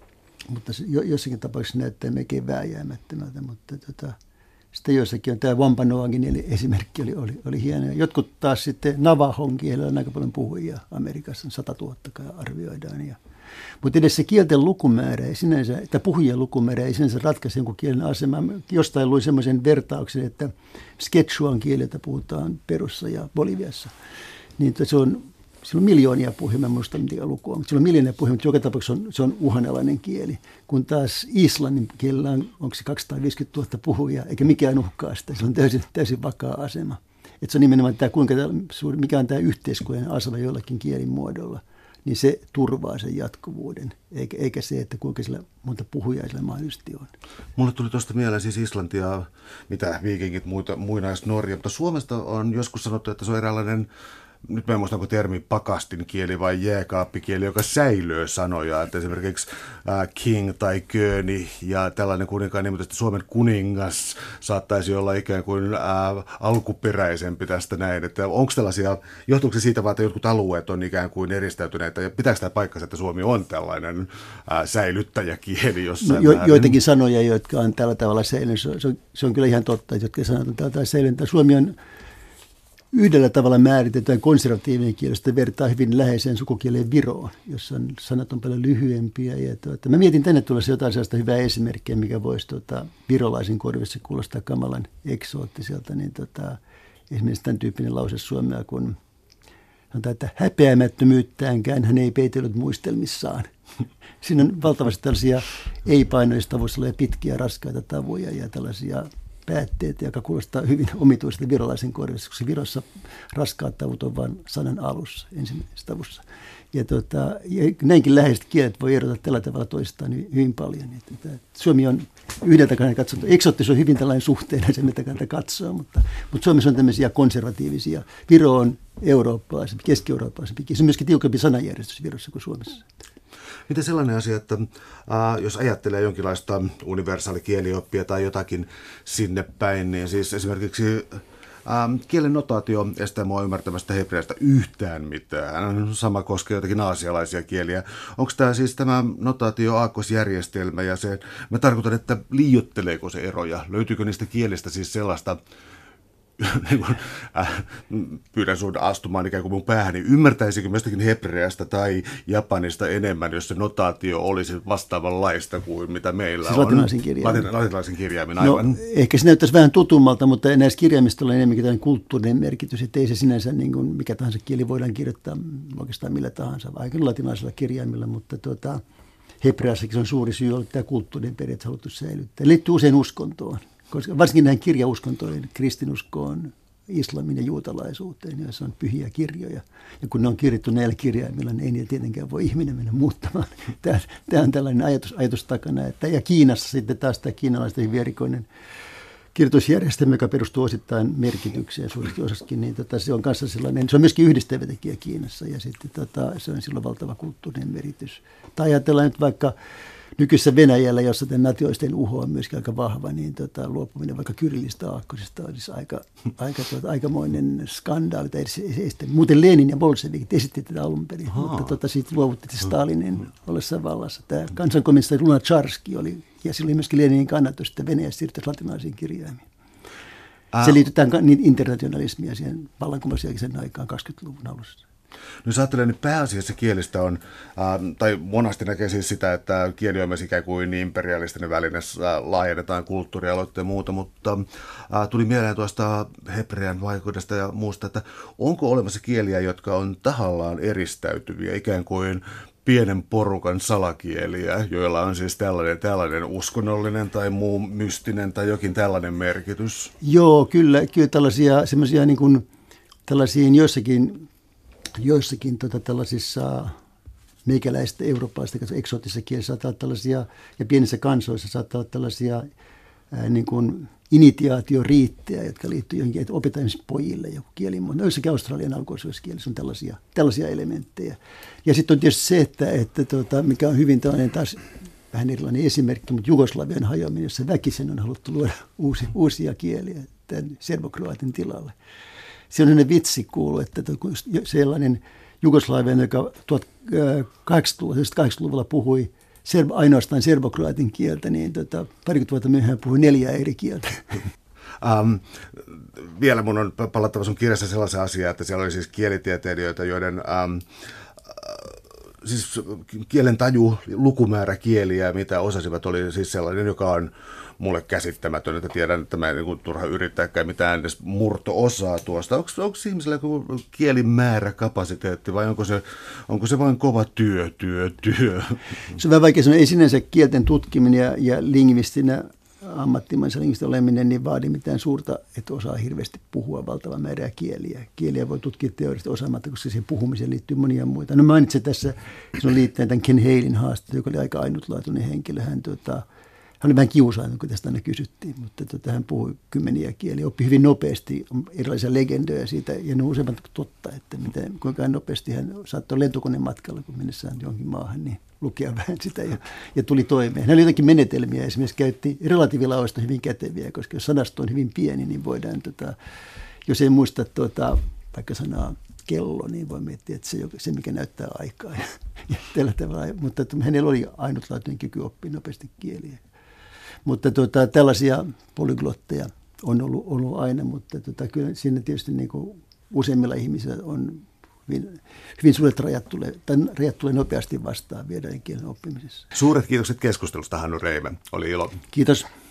Mutta se jossakin tapauksessa näyttää melkein vääjäämättömältä, mutta tota, sitten joissakin on tämä Wampanoagin eli esimerkki oli, oli, oli hieno. Jotkut taas sitten Navahon kielellä on aika paljon puhujia Amerikassa, satatuhatta arvioidaan. Ja, mutta edes se kielten lukumäärä ei sinänsä, että puhujien lukumäärä ei sinänsä ratkaise jonkun kielen asemaa. Jostain luin semmoisen vertauksen, että Squechuan kieltä puhutaan Perussa ja Boliviassa, niin se on... Sillä on miljoonia puhujia, mä en muista mitä lukua, mutta sillä on miljoonia puhujia, mutta joka tapauksessa on, se on uhanalainen kieli. Kun taas islannin kielellä on, onko se kaksisataaviisikymmentätuhatta puhujaa, eikä mikään uhkaa sitä, se on täysin, täysin vakaa asema. Et se on nimenomaan tämä, kuinka tämä, mikä on tämä yhteiskunnan asema jollakin kielin muodolla, niin se turvaa sen jatkuvuuden, eikä, eikä se, että kuinka sillä monta puhujaa sillä mahdollisesti on. Mulle tuli tuosta mieleen siis Islantia, mitä viikingit, muita, muinais-Norja, mutta Suomesta on joskus sanottu, että se on eräänlainen, nyt mä en muista, onko termi pakastinkieli vai jääkaappikieli, joka säilyy sanoja. Että esimerkiksi äh, king tai köni ja tällainen kuninkaan nimi, että Suomen kuningas saattaisi olla ikään kuin äh, alkuperäisempi tästä näin. Että onko tällaisia, johtuuko se siitä vaan, että jotkut alueet on ikään kuin eristäytyneitä ja pitääkö tämä paikkansa, että Suomi on tällainen äh, säilyttäjäkieli jossain no, jo, joitakin sanoja, jotka on tällä tavalla säilynyt, se, se, se on kyllä ihan totta, että jotka sanat on tällä tavalla säilynyt. Suomi on yhdellä tavalla määritetään konservatiivinen kieli, sitä vertaa hyvin läheiseen sukukieleen Viroon, jossa on, sanat on paljon lyhyempiä. Ja tuota, mä mietin tänne tulossa jotain sellaista hyvää esimerkkiä, mikä voisi tuota, virolaisen korvissa kuulostaa kamalan eksoottiselta. Niin, tuota, esimerkiksi tämän tyyppinen lause suomea, kun sanotaan, että häpeämättömyyttäänkään hän ei peitellyt muistelmissaan. Siinä on valtavasti tällaisia ei-painoista, voisi olla pitkiä raskaita tavoja ja tällaisia päätteet, joka kuulostaa hyvin omituisesti virolaisen korvissa, koska Virossa raskaat tavut on vain sanan alussa, ensimmäisessä tavussa. Ja, tota, ja näinkin läheiset kielet voi erota tällä tavalla toistaan hyvin paljon. Että, Suomi on yhdeltä kannalta katsottu, eksoottisuus on hyvin tällainen suhteellinen, se mitä kannalta katsoa, mutta, mutta Suomessa on tämmöisiä konservatiivisia. Viro on eurooppalaisempi, keski-eurooppalaisempi. Se on myöskin tiukempi sanajärjestys Virossa kuin Suomessa. Miten sellainen asia, että äh, jos ajattelee jonkinlaista universaalikielioppia tai jotakin sinne päin, niin siis esimerkiksi Ähm, kielen notaatio estää mua ymmärtämästä hebreasta yhtään mitään. Sama koskee jotakin aasialaisia kieliä. Onko tämä siis tämä notaatio aakkosjärjestelmä ja se, mä tarkoitan, että liioitteleeko se eroja? Löytyykö niistä kielistä siis sellaista, äh, pyydän sinun astumaan ikään kuin mun päähän, niin ymmärtäisikö jostakin hebreasta tai japanista enemmän, jos se notaatio olisi vastaavanlaista kuin mitä meillä siis on? Latinalaisen kirjaimin. Latin, latinalaisen kirjaimin, aivan. No, ehkä se näyttäisi vähän tutummalta, mutta näissä kirjaimista on enemmänkin tällainen kulttuurinen merkitys, että ei se sinänsä niin kuin mikä tahansa kieli voidaan kirjoittaa oikeastaan millä tahansa, vaikka latinalaisella kirjaimilla, mutta tuota, hebreassakin se on suuri syy ollut tämä kulttuurinen perinne, että haluttu säilyttää. Liittyy usein uskontoon. Koska varsinkin näihin kirjauskontoihin, kristinuskoon, islamin ja juutalaisuuteen, joissa on pyhiä kirjoja. Ja kun ne on kirjoittu näillä kirjaimilla, niin ei niitä tietenkään voi ihminen mennä muuttamaan. Tämä, tämä on tällainen ajatus, ajatus takana. Että, ja Kiinassa sitten taas tämä kiinalaisten hyvin erikoinen kirjoitusjärjestelmä, joka perustuu osittain merkitykseen suuresti osaskin, niin tota, se on kanssa sellainen, se on myöskin yhdistävä tekijä Kiinassa ja sitten tota, se on silloin valtava kulttuurinen meritys. Tai ajatellaan nyt vaikka nykyisessä Venäjällä, jossa tämä natioisten uho on myöskin aika vahva, niin tota, luopuminen vaikka kyrillistä aakkosista olisi aika, aika tuota, aikamoinen skandaali. Tai sitten, muuten Lenin ja Bolshevikit esitti tätä alun perin, Haa. mutta tota, siitä luovutti Stalinin ollessa vallassa. Tämä kansankoministeri Lunacharski oli, ja sillä oli myöskin Leninin kannatus, että Venäjästä siirtyisi latinalaisiin kirjaimiin. Ää... Se liittyy tähän internationalismiin ja siihen vallankumousjälkeisen aikaan kaksikymmentäluvun alussa. No jos ajattelee, niin pääasiassa kielistä on, äh, tai monasti näkee siis sitä, että kieli on myös ikään kuin niin imperialistinen väline, äh, laajennetaan kulttuurialoitteita ja muuta, mutta äh, tuli mieleen tuosta hebrean vaikuudesta ja muusta, että onko olemassa kieliä, jotka on tahallaan eristäytyviä, ikään kuin pienen porukan salakieliä, joilla on siis tällainen, tällainen uskonnollinen tai muu mystinen tai jokin tällainen merkitys? Joo, kyllä, kyllä tällaisia semmoisia niin kuin tällaisiin joissakin Joissakin tota, tällaisissa meikäläistä eurooppalaisista eksoottisissa kielissä saattaa olla tällaisia, ja pienissä kansoissa saattaa olla tällaisia ää, niin kuin initiaatioriittejä, jotka liittyy johonkin, että opetetaan pojille joku kieli. No jossakin Australian alkuisuudessa kielissä on tällaisia, tällaisia elementtejä. Ja sitten on tietysti se, että, että tota, mikä on hyvin tällainen taas vähän erilainen esimerkki, mutta Jugoslavian hajoaminen, jossa väkisen on haluttu luoda uusi, uusia kieliä tämän serbokroatin tilalle. Se on sellainen vitsi kuulu, että sellainen Jugoslavian, joka tuhatkahdeksansataaluvulla puhui serb, ainoastaan serbokroatin kieltä, niin tota, parikymmentä vuotta myöhemmin puhui neljää eri kieltä. Um, vielä mun on palattava sun kirjassa sellaisen asian, että siellä oli siis kielitieteilijöitä, joiden um, siis kielen taju, lukumäärä kieliä, mitä osasivat, oli siis sellainen, joka on mulle käsittämätön, että tiedän, että mä en niin kuin turha yrittääkään mitään edes murto-osaa tuosta. Onko, onko ihmisellä joku kielimäärä, kapasiteetti vai onko se, onko se vain kova työ, työ, työ? Se on vähän vaikea sanoa. Ei sinänsä kielten tutkiminen ja, ja lingvistinä, ammattimaisen lingvistin oleminen, niin vaadi mitään suurta, että osaa hirveästi puhua valtavan määrää kieliä. Kieliä voi tutkia teoriasta osaamatta, koska siihen puhumiseen liittyy monia muita. No mainitsin tässä, se on liittyen tämän Ken Haleyn haastattelun, joka oli aika ainutlaatuinen henkilö. Hän tuota, Hän oli vähän kiusainen, kun tästä aina kysyttiin, mutta tota, hän puhui kymmeniä kieliä, oppi hyvin nopeasti erilaisia legendoja siitä, ja ne useimmat totta, että miten, kuinka nopeasti hän saattoi lentokoneen matkalla, kun mennessään johonkin maahan, niin lukea vähän sitä ja, ja tuli toimeen. Hän oli jotakin menetelmiä, esimerkiksi käytti relatiivilauista hyvin käteviä, koska jos sanasto on hyvin pieni, niin voidaan, tota, jos ei muista tuota, vaikka sanaa kello, niin voi miettiä, että se, se mikä näyttää aikaa. Ja, ja tällä tavalla, mutta hänellä oli ainutlaatuinen kyky oppia nopeasti kieliä. Mutta tuota, tällaisia polyglotteja on ollut, ollut aina, mutta tuota, kyllä siinä tietysti niin kuin useimmilla ihmisillä on hyvin, hyvin suuret rajat tulee, tai rajat tulee nopeasti vastaan vieraiden kielen oppimisessa. Suuret kiitokset keskustelusta, Hannu Reimä. Oli ilo. Kiitos.